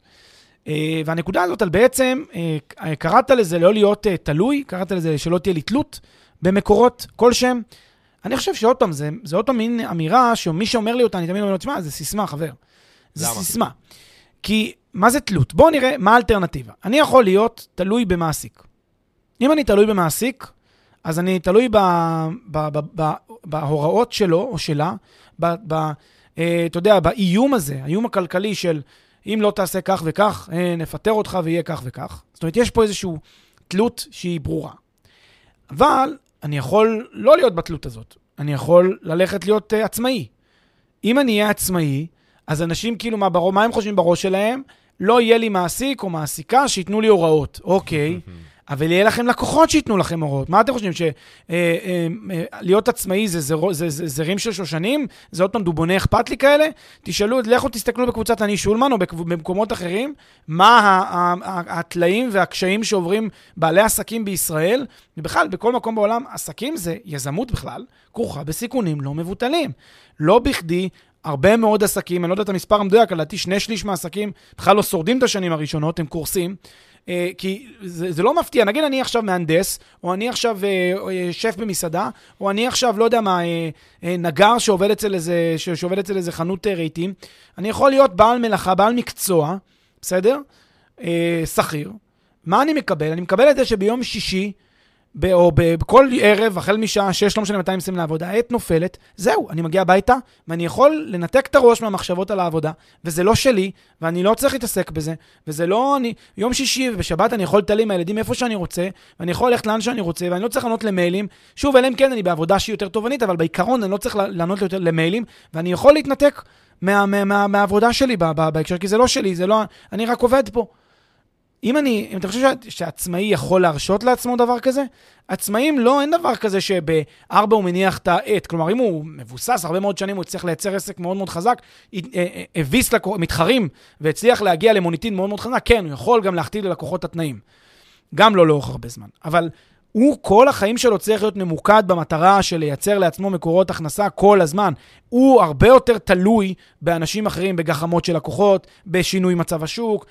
אה, והנקודה הזאת על בעצם, אה, קראת לזה לא להיות אה, תלוי, קראת לזה שלא תהיה לתלות, במקורות כלשהם. אני חושב שעוד פעם, זה, זה עוד פעם מין אמירה שמי שאומר לי אותה, אני תמיד אומר לו, תשמע, זה סיסמה, חבר. זה למה? סיסמה. כי, מה זה תלות? בואו נראה מה האלטרנטיבה. אני יכול להיות תלוי במעסיק. אם אני תלוי במעסיק, אז אני תלוי ב, ב, ב, ב, בהוראות שלו או שלה, ב, ב, אה, אתה יודע, באיום הזה, האיום הכלכלי של, אם לא תעשה כך וכך, אה, נפטר אותך ויהיה כך וכך. זאת אומרת, יש פה איזושהי תלות שהיא ברורה. אבל אני יכול לא להיות בתלות הזאת. אני יכול ללכת להיות uh, עצמאי. אם אני אהיה עצמאי, אז אנשים כאילו, מה, בראש, מה הם חושבים בראש שלהם? לא יהיה לי מעסיק או מעסיקה שיתנו לי הוראות. אוקיי, אבל יהיה לכם לקוחות שיתנו לכם הוראות. מה אתם חושבים? שלהיות עצמאי זה זרים של שושנים? זה עוד פעם דובוני אכפת לי כאלה? תשאלו, לכו תסתכלו בקבוצת אני שולמן או במקומות אחרים, מה התלאים והקשיים שעוברים בעלי עסקים בישראל, ובכלל, בכל מקום בעולם, עסקים זה יזמות בכלל, כרוכה בסיכונים לא מבוטלים. לא בכדי, הרבה מאוד עסקים, אני לא יודע את המספר המדויק, לדעתי שני שליש מהעסקים בכלל לא שורדים את השנים הראשונות, הם קורסים, כי זה, זה לא מפתיע. נגיד אני עכשיו מהנדס, או אני עכשיו שף במסעדה, או אני עכשיו, לא יודע מה, נגר שעובד אצל איזה, שעובד אצל איזה חנות רהיטים. אני יכול להיות בעל מלאכה, בעל מקצוע, בסדר? שכיר. מה אני מקבל? אני מקבל את זה שביום שישי, ב- או בכל ערב, החל משעה שש, לא משנה מתי מסיים לעבודה, העת נופלת, זהו, אני מגיע הביתה, ואני יכול לנתק את הראש מהמחשבות על העבודה, וזה לא שלי, ואני לא צריך להתעסק בזה, וזה לא, אני, יום שישי ובשבת אני יכול לתלים עם הילדים איפה שאני רוצה, ואני יכול ללכת לאן שאני רוצה, ואני לא צריך לענות למיילים, שוב, אליהם כן, אני בעבודה שהיא יותר תובנית, אבל בעיקרון אני לא צריך לענות יותר למיילים, ואני יכול להתנתק מה, מה, מה, מהעבודה שלי בהקשר, כי זה לא שלי, זה לא, אני רק עובד פה. אם אני, אם אתה חושב שעצמאי יכול להרשות לעצמו דבר כזה, עצמאים לא, אין דבר כזה שבארבע הוא מניח את העט. כלומר, אם הוא מבוסס, הרבה מאוד שנים הוא צריך לייצר עסק מאוד מאוד חזק, הביס מתחרים והצליח להגיע למוניטין מאוד מאוד חזק, כן, הוא יכול גם להכתיב ללקוחות התנאים. גם לא לאורך הרבה זמן. אבל הוא, כל החיים שלו צריך להיות ממוקד במטרה של לייצר לעצמו מקורות הכנסה כל הזמן. הוא הרבה יותר תלוי באנשים אחרים, בגחמות של לקוחות, בשינוי מצב השוק,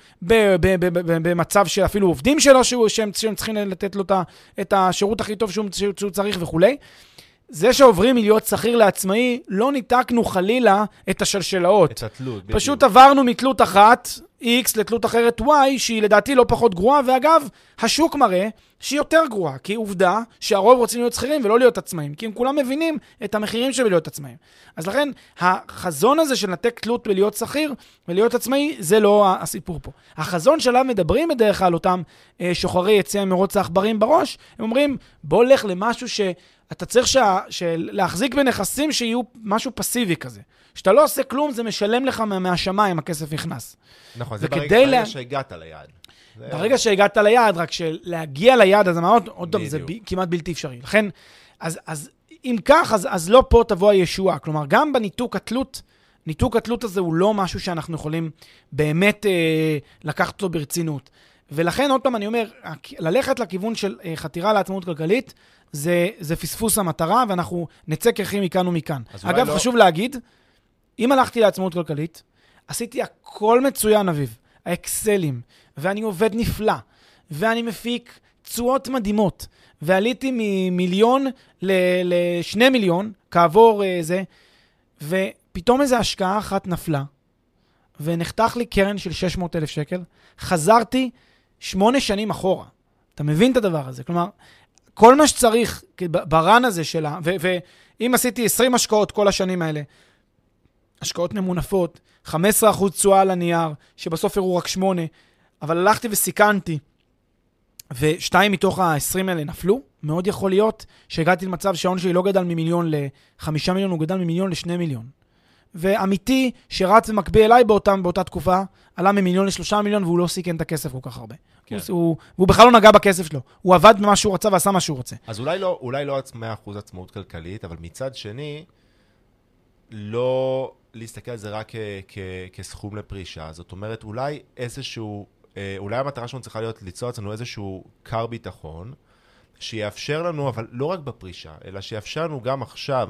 במצב של אפילו עובדים שלו שהם, שהם צריכים לתת לו את השירות הכי טוב שהוא, שהוא צריך וכו'. זה שעוברים מלהיות שכיר לעצמאי, לא ניתקנו חלילה את השלשלאות. את התלות. פשוט בדיוק. עברנו מתלות אחת, X, לתלות אחרת Y, שהיא לדעתי לא פחות גרועה, ואגב, השוק מראה שהיא יותר גרועה, כי עובדה שהרוב רוצים להיות שכירים ולא להיות עצמאים, כי הם כולם מבינים את המחירים של להיות עצמאים. אז לכן, החזון הזה של נתק תלות ולהיות שכיר ולהיות עצמאי, זה לא הסיפור פה. החזון שלנו מדברים בדרך כלל אותם שוחרי יציאה מרוץ העכברים בראש, הם אומרים, בוא לך למשהו ש... אתה צריך שה... להחזיק בנכסים שיהיו משהו פסיבי כזה. שאתה לא עושה כלום, זה משלם לך מהשמיים, הכסף נכנס. נכון, זה ברגע, ברגע לה... שהגעת ליעד. זה... ברגע שהגעת ליעד, רק שלהגיע ליעד, אז אמרת, עוד טוב, זה ב... כמעט בלתי אפשרי. לכן, אז, אז אם כך, אז, אז לא פה תבוא הישועה. כלומר, גם בניתוק התלות, ניתוק התלות הזה הוא לא משהו שאנחנו יכולים באמת אה, לקחת אותו ברצינות. ולכן, עוד פעם, אני אומר, ללכת לכיוון של אה, חתירה לעצמאות כלכלית, זה, זה פספוס המטרה, ואנחנו נצא כרכים מכאן ומכאן. אגב, לא... חשוב להגיד, אם הלכתי לעצמאות כלכלית, עשיתי הכל מצוין, אביב. האקסלים, ואני עובד נפלא, ואני מפיק תשואות מדהימות, ועליתי ממיליון לשני מיליון, כעבור זה, ופתאום איזו השקעה אחת נפלה, ונחתך לי קרן של שש מאות אלף שקל, חזרתי שמונה שנים אחורה. אתה מבין את הדבר הזה? כלומר, כל מה שצריך ברן הזה שלה, ואם עשיתי עשרים השקעות כל השנים האלה, השקעות ממונפות, חמישה עשר אחוז תשואה על הנייר, שבסוף הראו רק שמונה, אבל הלכתי וסיכנתי, ושתיים מתוך ה-עשרים האלה נפלו, מאוד יכול להיות שהגעתי למצב שההון שלי לא גדל ממיליון לחמישה מיליון, הוא גדל ממיליון לשני מיליון. ואמיתי שרץ ומקביל אליי באותם, באותה תקופה, עלה ממיליון לשלושה מיליון, והוא לא סיכן את הכסף כל כך הרבה. כן. הוא, והוא בכלל לא נגע בכסף שלו. הוא עבד במה שהוא רצה ועשה מה שהוא רוצה. אז אולי לא, אולי לא מאה אחוז עצמאות כלכלית, אבל מצד שני, לא להסתכל על זה רק כ- כ- כסכום לפרישה. זאת אומרת, אולי איזשהו, אולי המטרה שלנו צריכה להיות ליצור עצמנו איזשהו קר ביטחון, שיאפשר לנו, אבל לא רק בפרישה, אלא שיאפשר לנו גם עכשיו,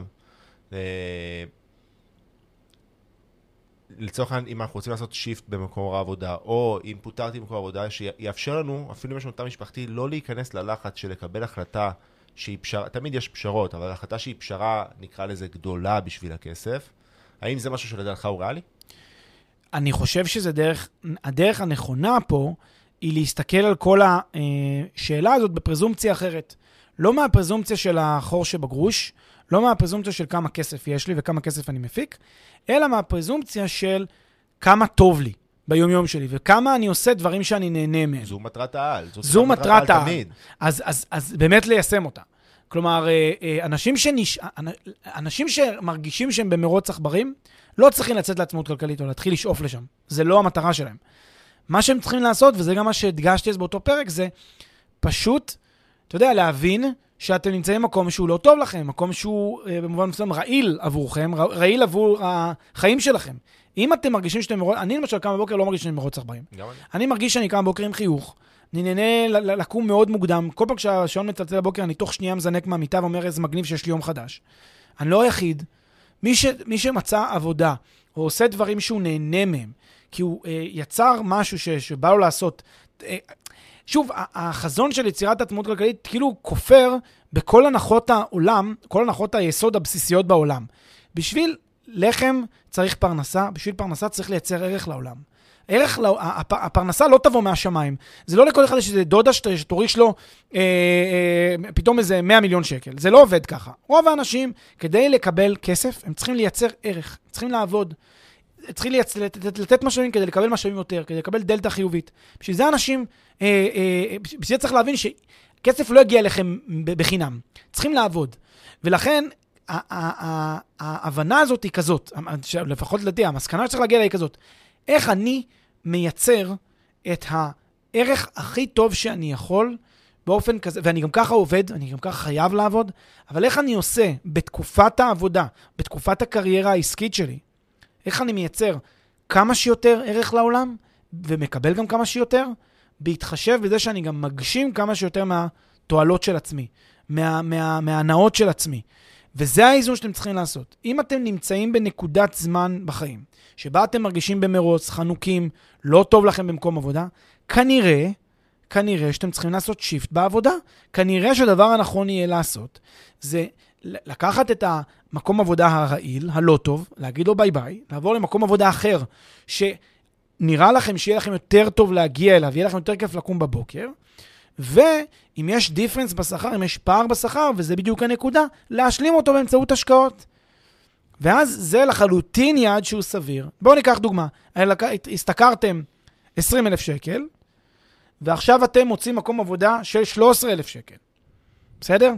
לצורך העניין, אם אנחנו רוצים לעשות שיפט במקום העבודה, או אם פוטרתי במקום העבודה, שיאפשר לנו, אפילו אם יש לנו תא משפחתי, לא להיכנס ללחץ של לקבל החלטה שהיא פשרה, תמיד יש פשרות, אבל החלטה שהיא פשרה, נקרא לזה גדולה בשביל הכסף. האם זה משהו שלדעתך הוא ריאלי? אני חושב שזה דרך, הדרך הנכונה פה, היא להסתכל על כל השאלה הזאת בפרזומפציה אחרת. לא מהפרזומפציה של החור שבגרוש, לא מהפרזומפציה של כמה כסף יש לי וכמה כסף אני מפיק, אלא מהפרזומפציה של כמה טוב לי ביום יום שלי, וכמה אני עושה דברים שאני נהנה מהם. זו מטרת העל. זו מטרת העל. תמיד. אז, אז, אז באמת ליישם אותה. כלומר, אנשים, שנש... אנשים שמרגישים שהם במרוץ עכברים, לא צריכים לצאת לעצמאות כלכלית או להתחיל לשאוף לשם. זה לא המטרה שלהם. מה שהם צריכים לעשות, וזה גם מה שהדגשתי אז באותו פרק, זה פשוט, אתה יודע, להבין שאתם נמצאים במקום שהוא לא טוב לכם, מקום שהוא במובן מסוים רעיל עבורכם, רעיל עבור החיים שלכם. אם אתם מרגישים שאתם מרוץ, אני למשל קם בבוקר לא מרגיש שאני מרוץ עכברים. אני מרגיש שאני קם בבוקר עם חיוך, אני נהנה לקום מאוד מוקדם, כל פעם כשהשעון מצלצל בבוקר, אני תוך שנייה מזנק מהמיטה ואומר איזה מגניב שיש לי יום חדש. אני לא היחיד. מי, ש, מי שמצא עבודה, או עושה דברים שהוא נהנה מהם, כי הוא אה, יצר משהו ש, שבא לו לעשות, אה, שוב, החזון של יצירת עצמאות כלכלית כאילו כופר בכל הנחות העולם, כל הנחות היסוד הבסיסיות בעולם. בשביל לחם צריך פרנסה, בשביל פרנסה צריך לייצר ערך לעולם. ערך, הפרנסה לא תבוא מהשמיים. זה לא לכל אחד שזה דודה שתוריש לו אה, אה, פתאום איזה מאה מיליון שקל. זה לא עובד ככה. רוב האנשים, כדי לקבל כסף, הם צריכים לייצר ערך, צריכים לעבוד. צריכים לתת משאבים כדי לקבל משאבים יותר, כדי לקבל דלטה חיובית. בשביל זה אנשים, אה, אה, בשביל זה צריך להבין שכסף לא יגיע אליכם בחינם. צריכים לעבוד. ולכן, ההבנה הזאת היא כזאת, לפחות לדעתי, המסקנה שצריך להגיע לה היא כזאת. איך אני מייצר את הערך הכי טוב שאני יכול, באופן כזה, ואני גם ככה עובד, אני גם ככה חייב לעבוד, אבל איך אני עושה בתקופת העבודה, בתקופת הקריירה העסקית שלי, איך אני מייצר כמה שיותר ערך לעולם, ומקבל גם כמה שיותר, בהתחשב בזה שאני גם מגשים כמה שיותר מהתועלות של עצמי, מה, מה, מההנאות של עצמי. וזה האיזון שאתם צריכים לעשות. אם אתם נמצאים בנקודת זמן בחיים, שבה אתם מרגישים במרוץ, חנוקים, לא טוב לכם במקום עבודה, כנראה, כנראה שאתם צריכים לעשות שיפט בעבודה. כנראה שהדבר הנכון יהיה לעשות, זה לקחת את המקום עבודה הרעיל, הלא טוב, להגיד לו ביי ביי, לעבור למקום עבודה אחר, שנראה לכם שיהיה לכם יותר טוב להגיע אליו, יהיה לכם יותר כיף לקום בבוקר, ואם יש דיפרנס בשכר, אם יש פער בשכר, וזה בדיוק הנקודה, להשלים אותו באמצעות השקעות. ואז זה לחלוטין יעד שהוא סביר. בואו ניקח דוגמה. הסתכרתם עשרים אלף שקל, ועכשיו אתם מוצאים מקום עבודה של שלושה עשר אלף שקל. בסדר?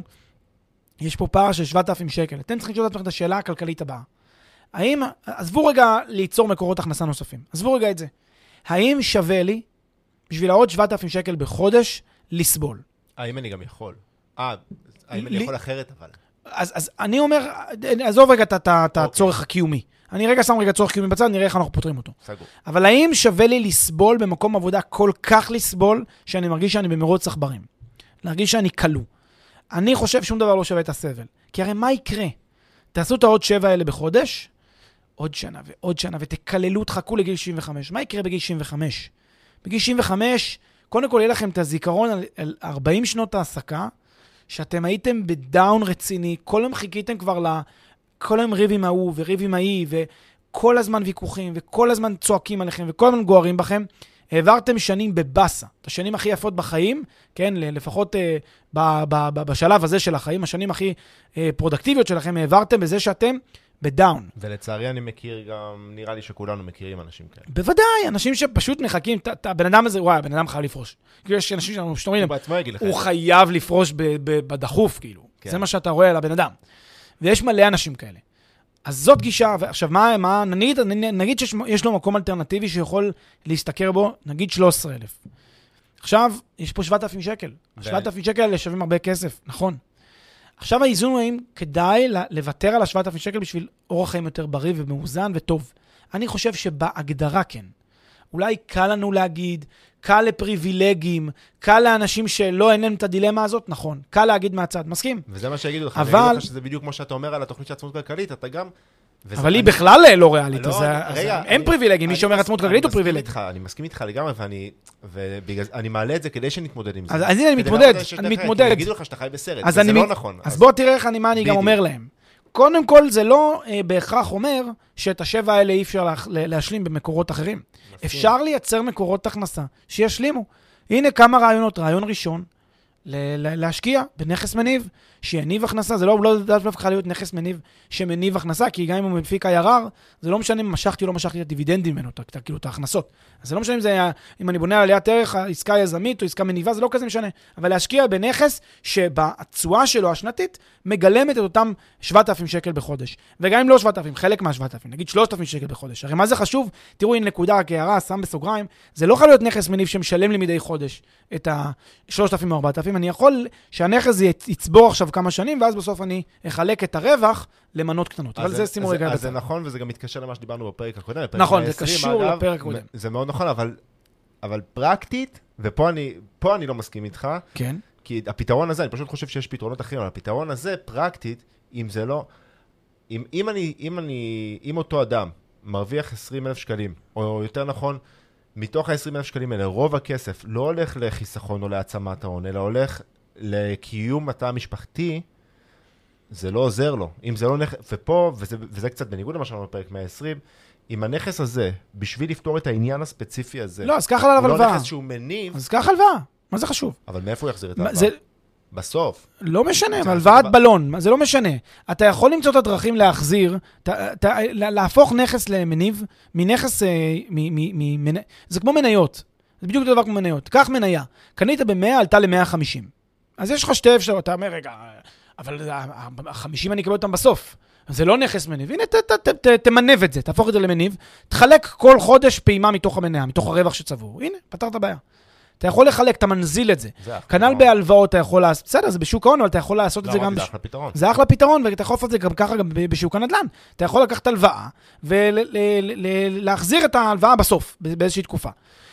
יש פה פער של שבעת אלפים שקל. אתם צריכים לשאול את השאלה הכלכלית הבאה. האם, עזבו רגע ליצור מקורות הכנסה נוספים. עזבו רגע את זה. האם שווה לי, בשביל העוד שבעת אלפים שקל בחודש, לסבול? האם אני גם יכול? אה, האם אני יכול אחרת אבל? אז, אז אני אומר, עזוב רגע את הצורך הקיומי. אני רגע שם רגע צורך קיומי בצד, נראה איך אנחנו פותרים אותו. סגור. אבל האם שווה לי לסבול במקום עבודה כל כך לסבול, שאני מרגיש שאני במרוץ עכברים? להרגיש שאני קלו. אני חושב שום דבר לא שווה את הסבל. כי הרי מה יקרה? תעשו את העוד שבע האלה בחודש, עוד שנה ועוד שנה, ותקללו, תחכו לגיל שבעים וחמש. מה יקרה בגיל שבעים וחמש? בגיל שבעים וחמש, קודם כל יהיה לכם את הזיכרון על, על ארבעים שנות העסקה, שאתם הייתם בדאון רציני, כל היום חיכיתם כבר ל... כל היום ריב עם ההוא וריב עם ההיא, וכל הזמן ויכוחים, וכל הזמן צועקים עליכם, וכל הזמן גוערים בכם. העברתם שנים בבאסה, את השנים הכי יפות בחיים, כן, לפחות אה, ב, ב, ב, בשלב הזה של החיים, השנים הכי אה, פרודקטיביות שלכם, העברתם בזה שאתם בדאון. ולצערי אני מכיר גם, נראה לי שכולנו מכירים אנשים כאלה. בוודאי, אנשים שפשוט מחכים, הבן אדם הזה, וואי, הבן אדם חייב לפרוש. כאילו יש אנשים שאנחנו שתומרים, הוא חייב לפרוש בדחוף, כאילו. זה מה שאתה רואה על הבן אדם. ויש מלא אנשים כאלה. אז זאת גישה, ועכשיו מה, מה, נגיד, נגיד שיש לו מקום אלטרנטיבי שיכול להסתכר בו, נגיד שלושה עשר אלף. עכשיו, יש פה שבעת אלפים שקל. שבעת אלפים שקל האלה שווים הרבה כסף, נכון. עכשיו האיזון הוא האם כדאי לוותר על ה-שבעת אלפים שקל בשביל אורח חיים יותר בריא ומאוזן וטוב. אני חושב שבהגדרה כן. אולי קל לנו להגיד, קל לפריבילגים, קל לאנשים שלא אין להם את הדילמה הזאת, נכון. קל להגיד מהצד, מסכים? וזה מה שיגידו לך. אבל... אני אגיד לך שזה בדיוק כמו שאתה אומר על התוכנית של עצמאות כלכלית, אתה גם... אבל היא בכלל לא ריאלית, אז אין פריבילגים, מי שאומר עצמאות כלכלית הוא פריבילג. אני מסכים איתך לגמרי, ואני מעלה את זה כדי שנתמודד עם זה. אז הנה, אני מתמודד, אני מתמודד. אני אגיד לך שאתה חי בסרט, וזה לא נכון. אז בוא תראה איך מה אני גם אומר להם. קודם כל, זה לא בהכרח אומר שאת השבע האלה אי אפשר להשלים במקורות אחרים. אפשר לייצר מקורות הכנסה שישלימו. הנה כמה רעיונות. רעיון ראשון, להשקיע בנכס מניב, שיניב הכנסה. זה לא, לא דווקא להיות נכס מניב שמניב הכנסה, כי גם אם הוא מפיק I R R, זה לא משנה אם משכתי או לא משכתי את הדיבידנדים ממנו, כאילו את ההכנסות. אז זה לא משנה אם זה, אם אני בונה עליית ערך, עסקה יזמית או עסקה מניבה, זה לא כזה משנה. אבל להשקיע בנכס שבצועה שלו השנתית, מגלמת את אותם שבעת אלפים שקל בחודש. וגם אם לא שבעת אלפים, חלק מה-שבעת אלפים, נגיד שלושת אלפים שקל בחודש. הרי מה זה חשוב? תראו, הנה נקודה, רק הערה, שם בסוגריים, זה לא יכול להיות נכס מניב שמשלם לי מדי חודש את ה-שלושת אלפים או ארבעת אלפים. אני יכול שהנכס יצבור עכשיו כמה שנים, ואז בסוף אני אחלק את הרווח למנות קטנות. אבל זה שימו רגע. אז זה נכון, וזה גם מתקשר למה שדיברנו בפרק הקודם. נכון, זה קשור לפרק הקודם. זה מאוד נכון, אבל, אבל פרקטית, ופה אני, פה אני לא מסכים איתך. כן. כי הפתרון הזה, אני פשוט חושב שיש פתרונות אחרים, אבל הפתרון הזה, פרקטית, אם זה לא, אם, אם אני, אם אני, אם אותו אדם מרוויח עשרים אלף שקלים, או יותר נכון, מתוך ה-עשרים אלף שקלים האלה, רוב הכסף לא הולך לחיסכון או להעצמת ההון, אלא הולך לקיום התא המשפחתי, זה לא עוזר לו. אם זה לא נכ... ופה, וזה, וזה קצת בניגוד למה שאמרנו בפרק מאה ועשרים, אם הנכס הזה, בשביל לפתור את העניין הספציפי הזה, לא, אז ככה עליו לא הלוואה. נכס שהוא מניב, אז ככה הלוואה. מה זה חשוב? אבל מאיפה הוא יחזיר את מה, ההלוואה? זה בסוף. לא משנה, זה הלוואת זה- בלון, זה לא משנה. אתה יכול למצוא את הדרכים להחזיר, ת- ת- להפוך נכס למניב, מנכס, אה, מ- מ- מ- זה כמו מניות. זה בדיוק אותו דבר כמו מניות. קח מניה, קנית ב-מאה, עלתה ל-מאה וחמישים. אז יש לך שתי אפשרויות, אתה אומר, רגע, אבל ה-חמישים אני אקבל אותם בסוף. זה לא נכס מניב. הנה, ת- ת- ת- ת- תמנב את זה, תהפוך את זה למניב, תחלק כל חודש פעימה מתוך המניה, מתוך הרווח שצבור. הנה, פתרת הבעיה. אתה יכול לחלק, אתה מנזיל את זה. זה אחלה כנ"ל פתרון. בהלוואות אתה יכול לעשות, בסדר, זה בשוק ההון, אבל אתה יכול לעשות את זה לא, גם... אמרתי, זה בש- אחלה פתרון. זה אחלה פתרון, ואתה יכול לעשות את זה גם ככה גם ב- בשוק הנדל"ן. אתה יכול לקחת הלוואה ולהחזיר את ההלוואה בסוף, ב- באיזושהי תקופה.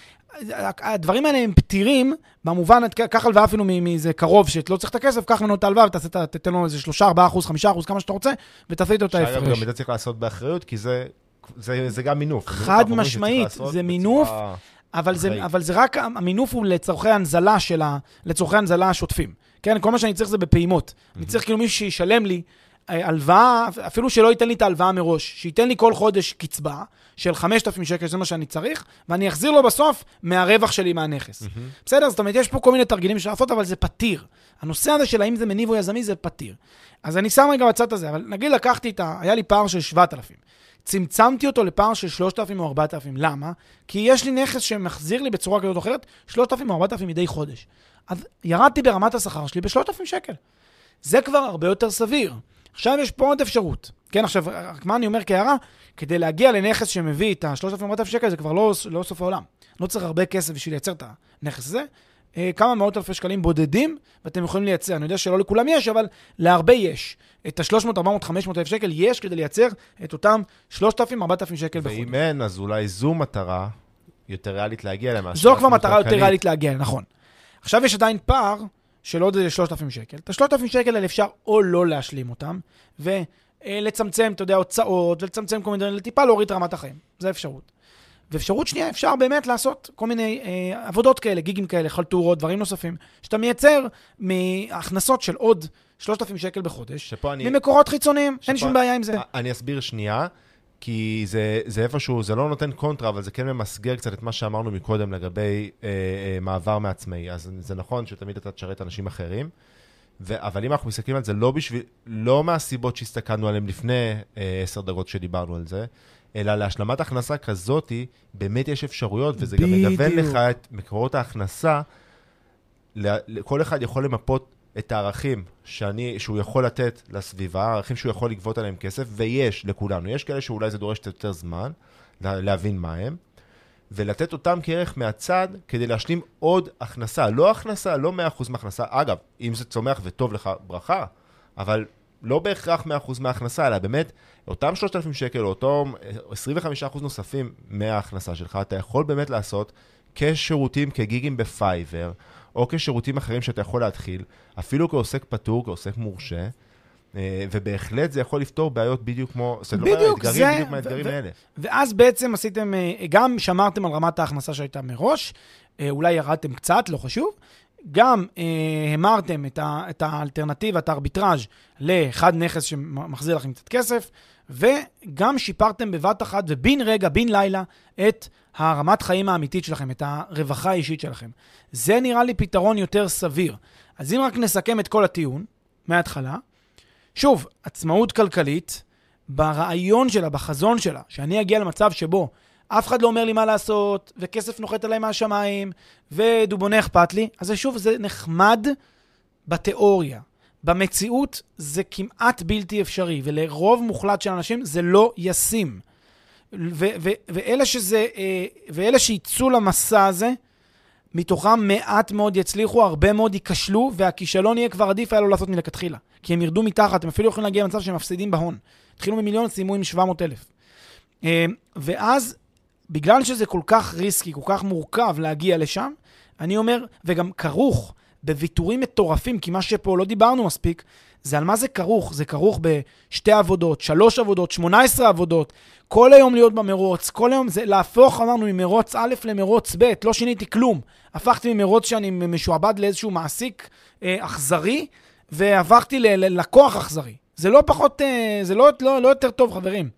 הדברים האלה הם פתירים, במובן, קח הלוואה אפילו מאיזה קרוב שלא צריך את הכסף, קח לנו את ההלוואה ותתן לו איזה שלושה, ארבעה אחוז, חמישה אחוז, כמה שאתה רוצה, ותעשה איתו את שאגב, ההפרש. גם את זה צריך לעשות באחריות, כי זה, זה, זה גם מינוף. מינוף חד אנחנו אומרים משמעית, שצריך לעשות זה בצורה מינוף, אבל זה, אחראית. אבל זה רק, המינוף הוא לצורכי הנזלה של ה... לצורכי הנזלה השוטפים. כן, כל מה שאני צריך זה בפעימות. אני צריך כאילו מישהו שישלם לי אה, הלוואה, אפילו שלא ייתן לי את ההלוואה מראש, שייתן לי כל חודש קצבה של חמשת אלפים שקל, זה מה שאני צריך, ואני אחזיר לו בסוף מהרווח שלי מהנכס. בסדר? זאת אומרת, יש פה כל מיני תרגילים שאפשר לעשות, אבל זה פתיר. הנושא הזה של האם זה מניב או יזמי, זה פתיר. אז אני שם רגע בצד הזה, אבל נגיד לקחתי את ה... היה לי פער של שבעת אלפים. צמצמתי אותו לפער של שלושת אלפים או ארבעת אלפים. למה? כי יש לי נכס שמחזיר לי בצורה כזאת או אחרת שלושת אלפים או ארבעת אלפים מדי חודש. אז ירדתי ברמת השכר שלי ב-שלושת אלפים שקל. זה כבר הרבה יותר סביר. עכשיו יש פה עוד אפשרות. כן, עכשיו, רק מה אני אומר כהערה? כדי להגיע לנכס שמביא את ה-שלושת אלפים ארבעת אלפים שקל, זה כבר לא, לא סוף העולם. לא צריך הרבה כסף בשביל לייצר את הנכס הזה. כמה מאות אלפי שקלים בודדים, ואתם יכולים לייצר. אני יודע שלא לכולם יש, אבל להרבה יש. את ה-שלוש מאות, ארבע מאות, חמש מאות אלף שקל יש כדי לייצר את אותם שלושת אלפים, ארבעת אלפים שקל בחודש. ואם אין, אז אולי זו מטרה יותר ריאלית להגיע למה. זו כבר מטרה יותר ריאלית להגיע, נכון. עכשיו יש עדיין פער של עוד שלושת אלפים שקל. את ה-שלושת אלפים שקל האלה אפשר או לא להשלים אותם, ולצמצם, אתה יודע, הוצאות, ולצמצם כל מיני דברים, לטיפה להוריד רמת החיים. זה אפשרות. ואפשרות שנייה, אפשר באמת לעשות כל מיני אה, עבודות כאלה, גיגים כאלה, חלטורות, דברים נוספים, שאתה מייצר מהכנסות של עוד שלושת אלפים שקל בחודש, אני... ממקורות חיצוניים, שפה... אין שום בעיה עם זה. אני אסביר שנייה, כי זה, זה איפשהו, זה לא נותן קונטרה, אבל זה כן ממסגר קצת את מה שאמרנו מקודם לגבי אה, אה, מעבר מעצמאי. אז זה נכון שתמיד אתה תשרת אנשים אחרים, ו... אבל אם אנחנו מסתכלים על זה, לא, בשביל... לא מהסיבות שהסתכלנו עליהם לפני אה, עשר דקות שדיברנו על זה, אלא להשלמת הכנסה כזאת, באמת יש אפשרויות, וזה גם מגוון לך את מקורות ההכנסה, כל אחד יכול למפות את הערכים שאני, שהוא יכול לתת לסביבה, הערכים שהוא יכול לגבות עליהם כסף, ויש לכולנו. יש כאלה שאולי זה דורש יותר זמן, להבין מה הם, ולתת אותם כערך מהצד, כדי להשלים עוד הכנסה. לא הכנסה, לא מאה אחוז מהכנסה. אגב, אם זה צומח וטוב לך, ברכה, אבל לא בהכרח מאה אחוז מההכנסה, אלא באמת, אותם שלושת אלפים שקל, או אותם עשרים וחמישה אחוז נוספים מההכנסה שלך, אתה יכול באמת לעשות כשירותים, כגיגים בפייבר, או כשירותים אחרים שאתה יכול להתחיל, אפילו כעוסק פטור, כעוסק מורשה, ובהחלט זה יכול לפתור בעיות בדיוק כמו, זה לא מהאתגרים, בדיוק מהאתגרים האלה. ואז בעצם עשיתם, גם שמרתם על רמת ההכנסה שהייתה מראש, אולי ירדתם קצת, לא חשוב, גם אה, המרתם את, ה, את האלטרנטיבה, את הארביטראז' לאחד נכס שמחזיר לכם קצת כסף, וגם שיפרתם בבת אחת ובין רגע, בין לילה, את הרמת חיים האמיתית שלכם, את הרווחה האישית שלכם. זה נראה לי פתרון יותר סביר. אז אם רק נסכם את כל הטיעון, מההתחלה, שוב, עצמאות כלכלית, ברעיון שלה, בחזון שלה, שאני אגיע למצב שבו אף אחד לא אומר לי מה לעשות, וכסף נוחת עליי מהשמיים, ודובונה אכפת לי. אז שוב, זה נחמד בתיאוריה. במציאות זה כמעט בלתי אפשרי, ולרוב מוחלט של אנשים זה לא ישים. ו- ו- ואלה שזה, ואלה שיצאו למסע הזה, מתוכם מעט מאוד יצליחו, הרבה מאוד ייכשלו, והכישלון יהיה כבר עדיף היה לו לעשות מלכתחילה. כי הם ירדו מתחת, הם אפילו יכולים להגיע למצב שהם מפסידים בהון. התחילו ממיליון, סיימו עם שבע מאות אלף. ואז, בגלל שזה כל כך ריסקי, כל כך מורכב להגיע לשם, אני אומר, וגם כרוך בוויתורים מטורפים, כי מה שפה לא דיברנו מספיק, זה על מה זה כרוך. זה כרוך בשתי עבודות, שלוש עבודות, שמונה עשרה עבודות, כל היום להיות במרוץ, כל היום זה להפוך, אמרנו, ממרוץ א' למרוץ ב', לא שיניתי כלום. הפכתי ממרוץ שאני משועבד לאיזשהו מעסיק אה, אכזרי, והפכתי ללקוח אכזרי. זה לא פחות, אה, זה לא, לא, לא יותר טוב, חברים.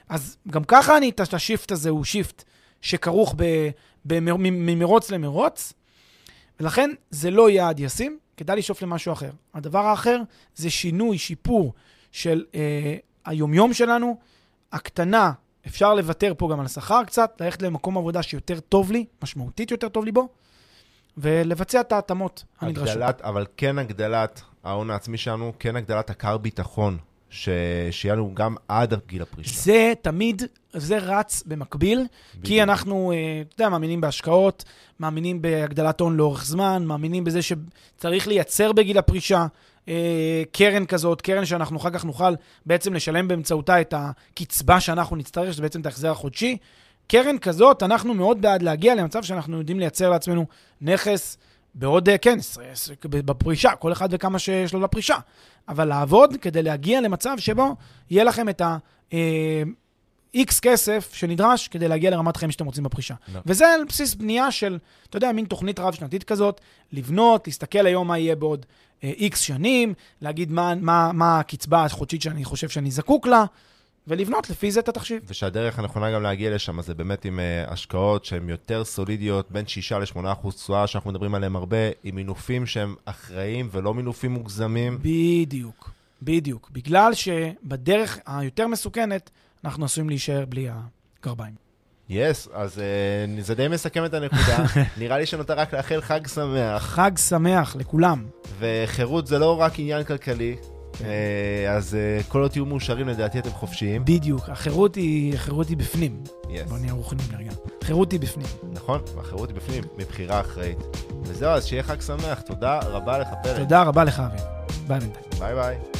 אז גם ככה אני, את השיפט הזה הוא שיפט שכרוך ממרוץ למרוץ, ולכן זה לא יעד ישים, כדאי לשאוף למשהו אחר. הדבר האחר זה שינוי, שיפור של אה, היומיום שלנו, הקטנה, אפשר לוותר פה גם על השכר קצת, ללכת למקום עבודה שיותר טוב לי, משמעותית יותר טוב לי בו, ולבצע את ההתאמות הנדרשות. הגדלת, אבל כן הגדלת ההון העצמי שלנו, כן הגדלת הקר ביטחון, ש... שיהיה לנו גם עד גיל הפרישה. זה תמיד, זה רץ במקביל, בדיוק. כי אנחנו, אתה יודע, מאמינים בהשקעות, מאמינים בהגדלת הון לאורך זמן, מאמינים בזה שצריך לייצר בגיל הפרישה, קרן כזאת, קרן שאנחנו אחר כך נוכל בעצם לשלם באמצעותה את הקצבה שאנחנו נצטרך, שזה בעצם את ההחזר החודשי. קרן כזאת, אנחנו מאוד בעד להגיע למצב שאנחנו יודעים לייצר לעצמנו נכס בעוד, כן, בפרישה, כל אחד וכמה שיש לו לפרישה. אבל לעבוד כדי להגיע למצב שבו יהיה לכם את ה-X כסף שנדרש כדי להגיע לרמת חיים שאתם רוצים בפרישה. No. וזה על בסיס בנייה של, אתה יודע, מין תוכנית רב-שנתית כזאת, לבנות, להסתכל היום מה יהיה בעוד X שנים, להגיד מה, מה, מה הקצבה החודשית שאני חושב שאני זקוק לה, ולבנות לפי זה את התחשיב. ושהדרך הנכונה גם להגיע לשם, אז זה באמת עם uh, השקעות שהן יותר סולידיות, בין שישה לשמונה אחוז תשואה, שאנחנו מדברים עליהם הרבה, עם מינופים שהם אחראיים ולא מינופים מוגזמים. בדיוק, בדיוק. בגלל שבדרך היותר מסוכנת, אנחנו עשויים להישאר בלי הגרביים. יס, yes, אז uh, זה די מסכם את הנקודה. נראה לי שנותר רק לאחל חג שמח. חג שמח לכולם. וחירות זה לא רק עניין כלכלי, אז כל עוד תהיו מאושרים, לדעתי אתם חופשיים. בדיוק, החירות היא, החירות היא בפנים. בוא נהיה רוחנים לרגע. החירות היא בפנים. נכון, החירות היא בפנים, מבחירה אחראית. וזהו, אז שיהיה חג שמח. תודה רבה לך, פרק. תודה רבה לך, אביב. ביי בינתיים. ביי ביי.